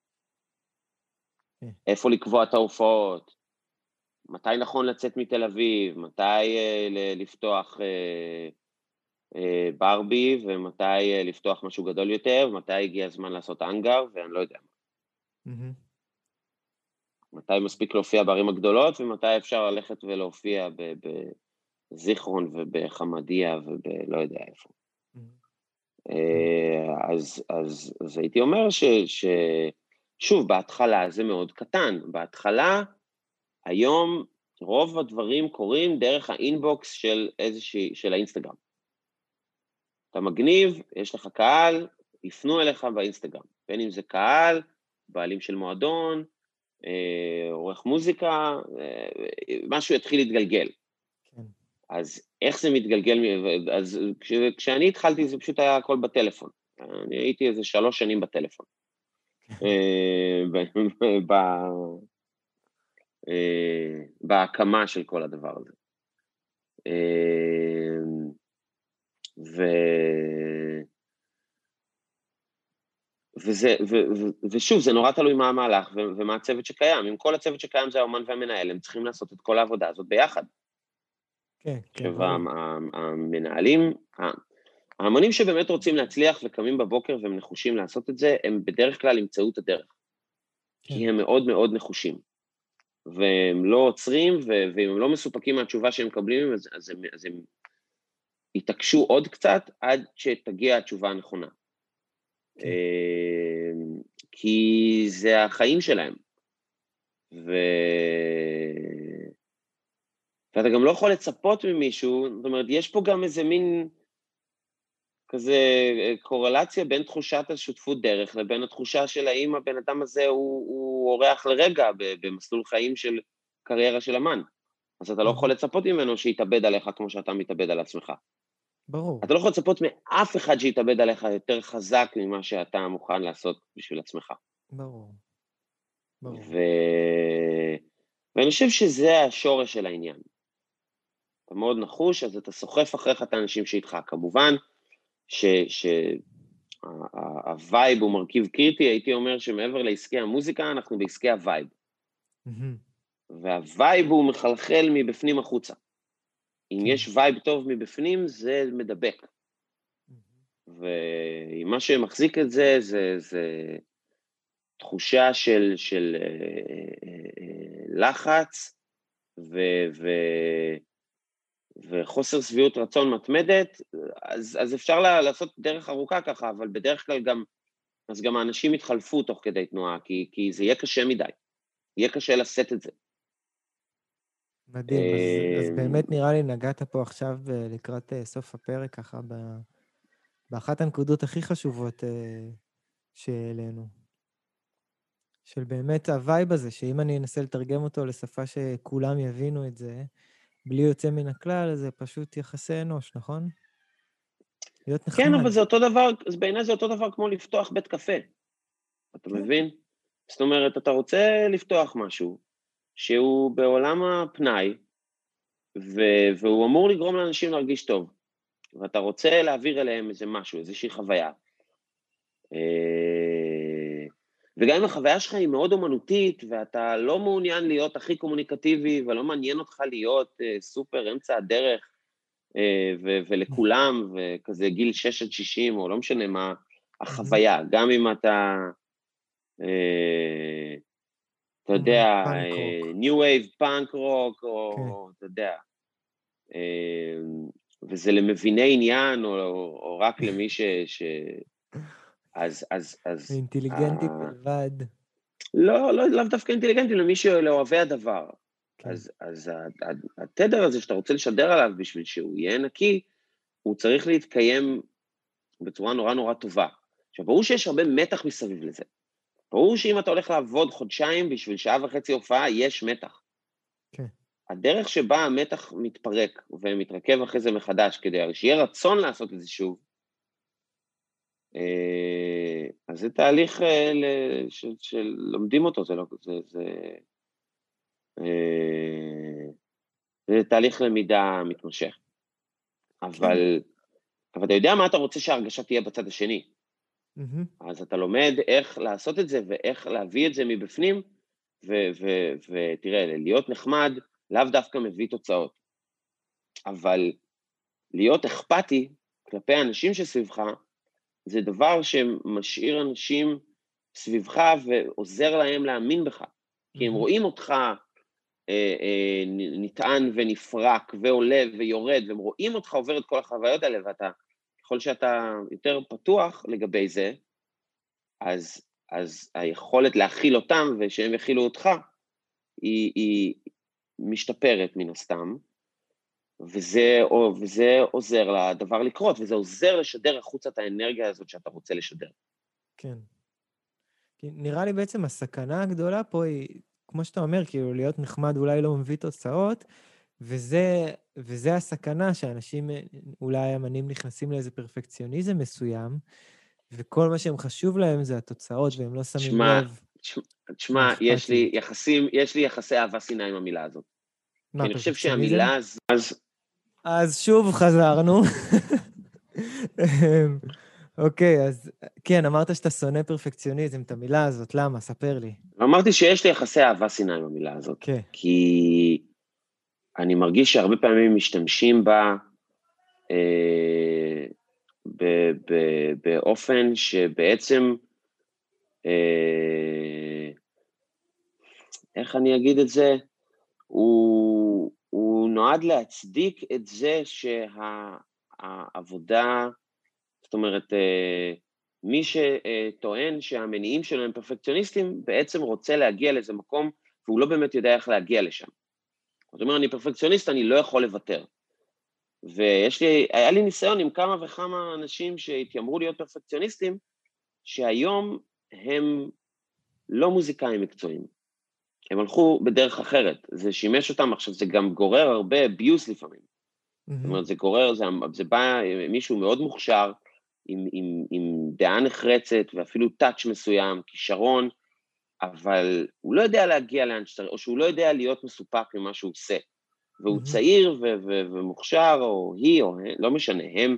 איפה לקבוע את ההופעות, מתי נכון לצאת מתל אביב, מתי uh, לפתוח uh, uh, ברבי, ומתי uh, לפתוח משהו גדול יותר, ומתי הגיע הזמן לעשות אנגר, ואני לא יודע. Mm-hmm. מתי מספיק להופיע בערים הגדולות, ומתי אפשר ללכת ולהופיע בזיכרון ובחמדיה ובלא יודע איפה. Mm-hmm. אז, אז, אז הייתי אומר ש, ש, שוב, בהתחלה זה מאוד קטן. בהתחלה, היום, רוב הדברים קורים דרך האינבוקס של איזושהי, של האינסטגרם. אתה מגניב, יש לך קהל, יפנו אליך באינסטגרם. בין אם זה קהל בעלים של מועדון, עורך מוזיקה, משהו יתחיל להתגלגל. כן. אז איך זה מתגלגל? אז כש, כשאני התחלתי זה פשוט היה הכל בטלפון. אני הייתי איזה שלוש שנים בטלפון. ב... בהקמה של כל הדבר הזה. ו... וזה, ו, ו, ושוב, זה נורא תלוי מה המהלך ו, ומה הצוות שקיים. אם כל הצוות שקיים זה האומן והמנהל, הם צריכים לעשות את כל העבודה הזאת ביחד. כן, כן. עכשיו, המנהלים, האמנים שבאמת רוצים להצליח וקמים בבוקר והם נחושים לעשות את זה, הם בדרך כלל ימצאו את הדרך. כן. כי הם מאוד מאוד נחושים. והם לא עוצרים, ו- ואם הם לא מסופקים מהתשובה שהם מקבלים, אז, אז, הם, אז הם יתעקשו עוד קצת עד שתגיע התשובה הנכונה. כן. כי זה החיים שלהם. ו... ואתה גם לא יכול לצפות ממישהו, זאת אומרת, יש פה גם איזה מין כזה קורלציה בין תחושת השותפות דרך לבין התחושה של האם הבן אדם הזה הוא, הוא אורח לרגע במסלול חיים של קריירה של אמן. אז אתה לא יכול לצפות ממנו שיתאבד עליך כמו שאתה מתאבד על עצמך. ברור. אתה לא יכול לצפות מאף אחד שיתאבד עליך יותר חזק ממה שאתה מוכן לעשות בשביל עצמך. ברור. ברור. ו... ואני חושב שזה השורש של העניין. אתה מאוד נחוש, אז אתה סוחף אחריך את האנשים שאיתך. כמובן שהווייב הוא מרכיב קריטי, הייתי אומר שמעבר לעסקי המוזיקה, אנחנו בעסקי הווייב. והווייב הוא מחלחל מבפנים החוצה. אם יש וייב טוב מבפנים, זה מדבק. ומה שמחזיק את זה, זה, זה תחושה של, של לחץ ו, ו, וחוסר סביעות רצון מתמדת, אז, אז אפשר לעשות דרך ארוכה ככה, אבל בדרך כלל גם, אז גם האנשים יתחלפו תוך כדי תנועה, כי, כי זה יהיה קשה מדי. יהיה קשה לשאת את זה. מדהים, אז, אז באמת נראה לי נגעת פה עכשיו לקראת סוף הפרק, ככה באחת הנקודות הכי חשובות שאלינו. של באמת הווייב הזה, שאם אני אנסה לתרגם אותו לשפה שכולם יבינו את זה, בלי יוצא מן הכלל, זה פשוט יחסי אנוש, נכון? להיות נחמד. כן, אבל זה אותו דבר, אז בעיניי זה אותו דבר כמו לפתוח בית קפה. אתה מבין? זאת אומרת, אתה רוצה לפתוח משהו שהוא בעולם הפנאי, והוא אמור לגרום לאנשים להרגיש טוב, ואתה רוצה להעביר אליהם איזה משהו, איזושהי חוויה. וגם אם החוויה שלך היא מאוד אומנותית, ואתה לא מעוניין להיות הכי קומוניקטיבי, ולא מעניין אותך להיות סופר אמצע הדרך, ולכולם, וכזה גיל שש עד שישים, או לא משנה מה, החוויה, גם אם אתה, אתה יודע, ניו וייב, פאנק רוק, או אתה יודע, וזה למביני עניין, או רק למי ש... אז, אז, אז... אינטליגנטי בלבד. לא, לא, לאו דווקא אינטליגנטי, למי שאוהבי הדבר. אז, אז התדר הזה שאתה רוצה לשדר עליו בשביל שהוא יהיה נקי, הוא צריך להתקיים בצורה נורא נורא טובה. עכשיו, ברור שיש הרבה מתח מסביב לזה. ברור שאם אתה הולך לעבוד חודשיים בשביל שעה וחצי הופעה, יש מתח. כן. הדרך שבה המתח מתפרק ומתרכב אחרי זה מחדש, כדי שיהיה רצון לעשות את זה שוב, אז זה תהליך שלומדים אותו, זה לא, זה, זה, זה תהליך למידה מתמשך. אבל, אבל אתה יודע מה אתה רוצה שההרגשה תהיה בצד השני. אז אתה לומד איך לעשות את זה, ואיך להביא את זה מבפנים, ותראה, להיות נחמד, לאו דווקא מביא תוצאות. אבל להיות אכפתי כלפי האנשים שסביבך, זה דבר שמשאיר אנשים סביבך ועוזר להם להאמין בך. כי הם רואים אותך אה, אה, נטען ונפרק ועולה ויורד, והם רואים אותך עובר את כל החוויות האלה, ואתה, ככל שאתה יותר פתוח לגבי זה, אז, אז היכולת להכיל אותם ושהם יכילו אותך, היא, היא משתפרת מן הסתם, וזה, וזה עוזר לדבר לקרות, וזה עוזר לשדר החוצה את האנרגיה הזאת שאתה רוצה לשדר. כן. כי נראה לי בעצם הסכנה הגדולה פה היא, כמו שאתה אומר, כאילו להיות נחמד אולי לא מביא תוצאות, וזה, וזה הסכנה שאנשים, אולי אמנים נכנסים לאיזה פרפקציוניזם מסוים, וכל מה שהם חשוב להם זה התוצאות, והם לא שמים תשמע, לב תשמע, יש לי לאכפתיות. יחסים, יש לי יחסי אהבה שנאה עם המילה הזאת. כי מה, אני חושב פרפקציוניזם? שהמילה הז- אז, אז שוב חזרנו. אוקיי, אז כן, אמרת שאתה שונא פרפקציוניזם, את המילה הזאת, למה? ספר לי. אמרתי שיש לי יחסי אהבה שנאה עם המילה הזאת, כן. כי אני מרגיש שהרבה פעמים משתמשים בה אה, ב- ב- באופן שבעצם, אה, איך אני אגיד את זה? הוא, הוא נועד להצדיק את זה שהעבודה, זאת אומרת, אה, מי שטוען שהמניעים שלו הם פרפקציוניסטים, בעצם רוצה להגיע לאיזה מקום, והוא לא באמת יודע איך להגיע לשם. זאת אומרת, אני פרפקציוניסט, אני לא יכול לוותר. ויש לי, היה לי ניסיון עם כמה וכמה אנשים שהתיימרו להיות פרפקציוניסטים, שהיום הם לא מוזיקאים מקצועיים. הם הלכו בדרך אחרת, זה שימש אותם, עכשיו זה גם גורר הרבה אביוס לפעמים. זאת אומרת, זה גורר, זה, זה בא מישהו מאוד מוכשר, עם, עם, עם דעה נחרצת, ואפילו טאץ' מסוים, כישרון, אבל הוא לא יודע להגיע לאן שצריך, או שהוא לא יודע להיות מסופק ממה שהוא עושה. והוא צעיר ו- ו- ומוכשר, או היא, או הם, לא משנה, הם.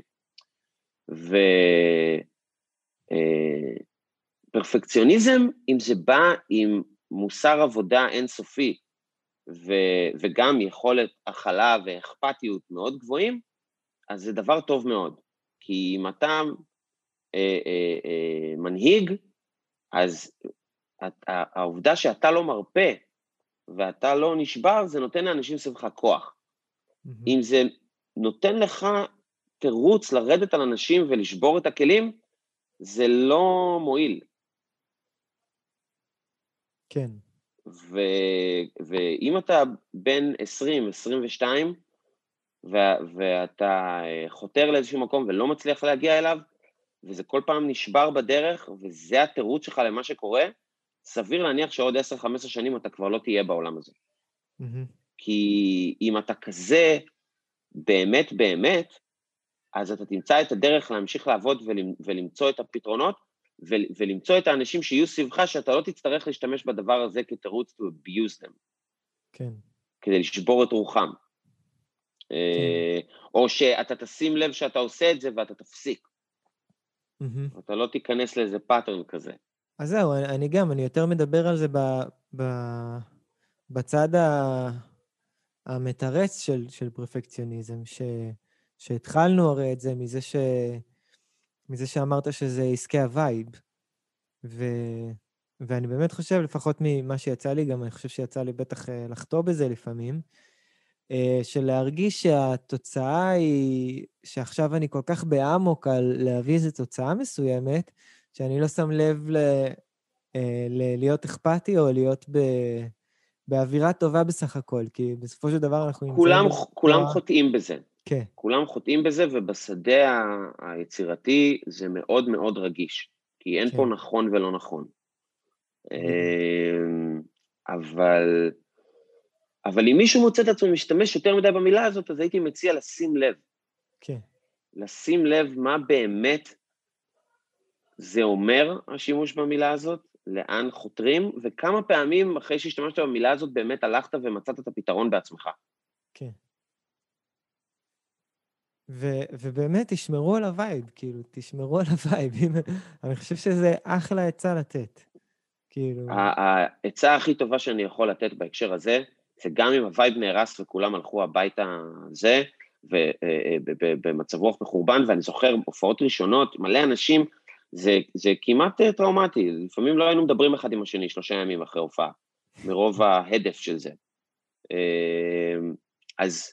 ופרפקציוניזם, אם זה בא עם מוסר עבודה אינסופי, ו- וגם יכולת הכלה ואכפתיות מאוד גבוהים, אז זה דבר טוב מאוד. כי אם אתה אה, אה, אה, מנהיג, אז העובדה שאתה לא מרפא, ואתה לא נשבר, זה נותן לאנשים סביבך כוח. אם זה נותן לך תירוץ לרדת על אנשים ולשבור את הכלים, זה לא מועיל. כן. ו, ואם אתה בין עשרים, עשרים ושתיים, ו, ואתה חותר לאיזשהו מקום ולא מצליח להגיע אליו, וזה כל פעם נשבר בדרך, וזה התירוץ שלך למה שקורה, סביר להניח שעוד עשר חמש עשרה שנים אתה כבר לא תהיה בעולם הזה. כי אם אתה כזה באמת באמת, אז אתה תמצא את הדרך להמשיך לעבוד ולמצוא את הפתרונות, ולמצוא את האנשים שיהיו סביבך, שאתה לא תצטרך להשתמש בדבר הזה כתירוץ to abuse them. כן. כדי לשבור את רוחם. כן. או שאתה תשים לב שאתה עושה את זה ואתה תפסיק. אתה לא תיכנס לאיזה פאטרן כזה. אז זהו, אני גם, אני יותר מדבר על זה ב, ב, בצד ה, המתרץ של, של פרפקציוניזם, ש, שהתחלנו הרי את זה מזה, ש, מזה שאמרת שזה עסקי הווייב. ו, ואני באמת חושב, לפחות ממה שיצא לי, גם אני חושב שיצא לי בטח לחטוא בזה לפעמים, של להרגיש שהתוצאה היא, שעכשיו אני כל כך באמוק על להביא איזו תוצאה מסוימת, שאני לא שם לב ל, ל, להיות אכפתי או להיות ב, באווירה טובה בסך הכל, כי בסופו של דבר אנחנו נמצאים... כולם, במקצוע... כולם חוטאים בזה. כן. כולם חוטאים בזה, ובשדה היצירתי זה מאוד מאוד רגיש, כי אין כן. פה נכון ולא נכון. אבל, אבל אם מישהו מוצא את עצמו משתמש יותר מדי במילה הזאת, אז הייתי מציע לשים לב. כן. לשים לב מה באמת זה אומר, השימוש במילה הזאת, לאן חותרים, וכמה פעמים אחרי שהשתמשת במילה הזאת, באמת הלכת ומצאת את הפתרון בעצמך. כן. ו- ובאמת, תשמרו על הווייב, כאילו, תשמרו על הווייב. אני חושב שזה אחלה עצה לתת. כאילו... העצה הכי טובה שאני יכול לתת בהקשר הזה, זה גם אם הווייב נהרס וכולם הלכו הביתה זה, ובמצב רוח מחורבן, ואני זוכר הופעות ראשונות, מלא אנשים, זה, זה כמעט טראומטי, לפעמים לא היינו מדברים אחד עם השני, שלושה ימים אחרי הופעה, מרוב ההדף של זה. אז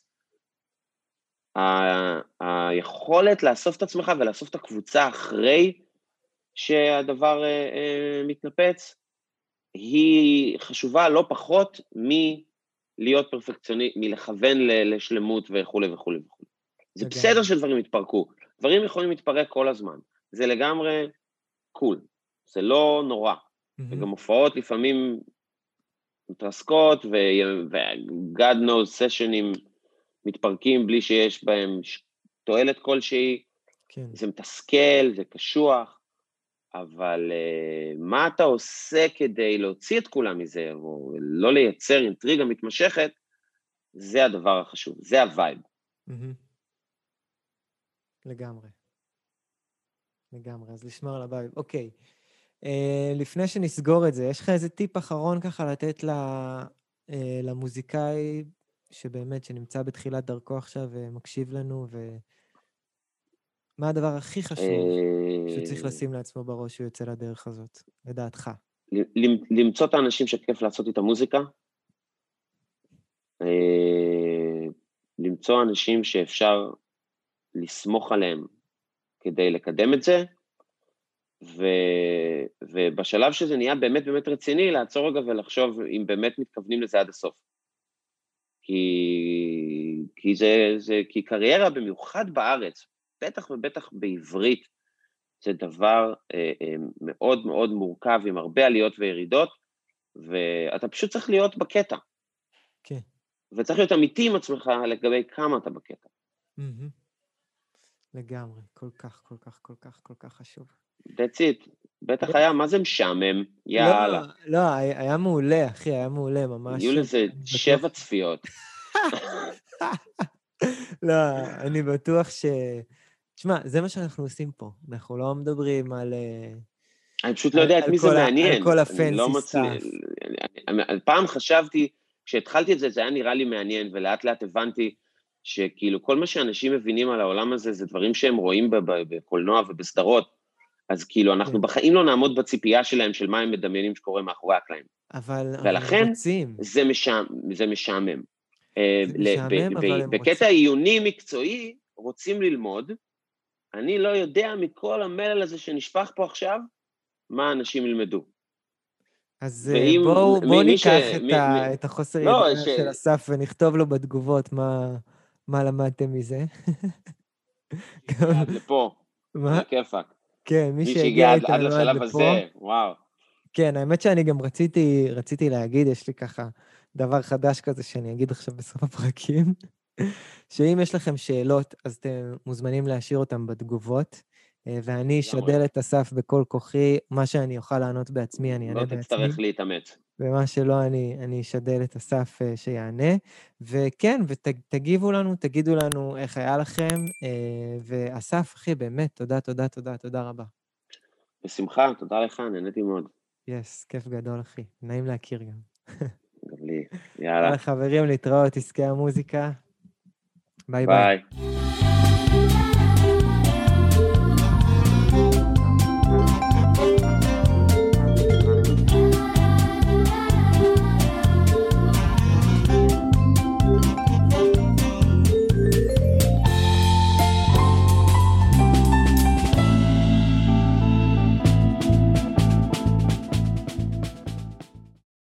ה- היכולת לאסוף את עצמך ולאסוף את הקבוצה אחרי שהדבר מתנפץ, היא חשובה לא פחות מלהיות פרפקציוני, מלכוון לשלמות וכו' וכו' וכו'. זה בסדר שדברים יתפרקו, דברים יכולים להתפרק כל הזמן, זה לגמרי קול, זה לא נורא, וגם הופעות לפעמים מתרסקות, ו-God knows סשנים מתפרקים בלי שיש בהם תועלת כלשהי, כן. זה מתסכל, זה קשוח, אבל uh, מה אתה עושה כדי להוציא את כולם מזה, או לא לייצר אינטריגה מתמשכת, זה הדבר החשוב, זה הווייב. Mm-hmm. לגמרי. לגמרי, אז לשמור על הווייב. אוקיי. Uh, לפני שנסגור את זה, יש לך איזה טיפ אחרון ככה לתת ל, uh, למוזיקאי, שבאמת, שנמצא בתחילת דרכו עכשיו ומקשיב לנו, ומה הדבר הכי חשוב שהוא צריך לשים לעצמו בראש שהוא יוצא לדרך הזאת, לדעתך? למצוא את האנשים שכיף לעשות איתה מוזיקה, למצוא אנשים שאפשר לסמוך עליהם כדי לקדם את זה, ו, ובשלב שזה נהיה באמת באמת רציני, לעצור רגע ולחשוב אם באמת מתכוונים לזה עד הסוף. כי, כי זה, זה, כי קריירה במיוחד בארץ, בטח ובטח בעברית, זה דבר אה, אה, מאוד מאוד מורכב, עם הרבה עליות וירידות, ואתה פשוט צריך להיות בקטע. כן. וצריך להיות אמיתי עם עצמך לגבי כמה אתה בקטע. Mm-hmm. לגמרי, כל כך, כל כך, כל כך, כל כך חשוב. That's it. בטח yeah. היה, מה זה משעמם? יאללה. לא, לא, היה, היה מעולה, אחי, היה מעולה, ממש. יהיו לזה שבע צפיות. לא, אני בטוח ש... תשמע, זה מה שאנחנו עושים פה. אנחנו לא מדברים על... אני פשוט לא יודע את מי זה מעניין. על כל הפנסי סטאפ. פעם חשבתי, כשהתחלתי את זה, זה היה נראה לי מעניין, ולאט לאט הבנתי שכאילו כל מה שאנשים מבינים על העולם הזה, זה דברים שהם רואים בקולנוע ובסדרות, אז כאילו אנחנו בחיים לא נעמוד בציפייה שלהם, של מה הם מדמיינים שקורה מאחורי הקלעים. אבל ולכן, רוצים. זה משעמם. זה משעמם, אבל הם רוצים. בקטע עיוני מקצועי, רוצים ללמוד, אני לא יודע מכל המלל הזה שנשפך פה עכשיו, מה אנשים ילמדו. אז בואו ניקח את החוסר ידיעה של אסף, ונכתוב לו בתגובות מה למדתם מזה. עד לפה, זה כיפק. כן, מי שהגיע איתנו עד לשלב הזה, וואו. כן, האמת שאני גם רציתי, רציתי להגיד, יש לי ככה דבר חדש כזה שאני אגיד עכשיו בסוף הפרקים, שאם יש לכם שאלות, אז אתם מוזמנים להשאיר אותם בתגובות, ואני אשדל את אסף בכל כוחי, מה שאני אוכל לענות בעצמי, אני אענה בעצמי. לא תצטרך להתאמץ. ומה שלא, אני, אני אשדל את אסף שיענה. וכן, ותגיבו לנו, תגידו לנו איך היה לכם, ואסף, אחי, באמת, תודה, תודה, תודה, תודה רבה. בשמחה, תודה לך, נהניתי מאוד. יס, כיף גדול, אחי. נעים להכיר גם. גם לי, יאללה. חברים, להתראות, עסקי המוזיקה. ביי ביי.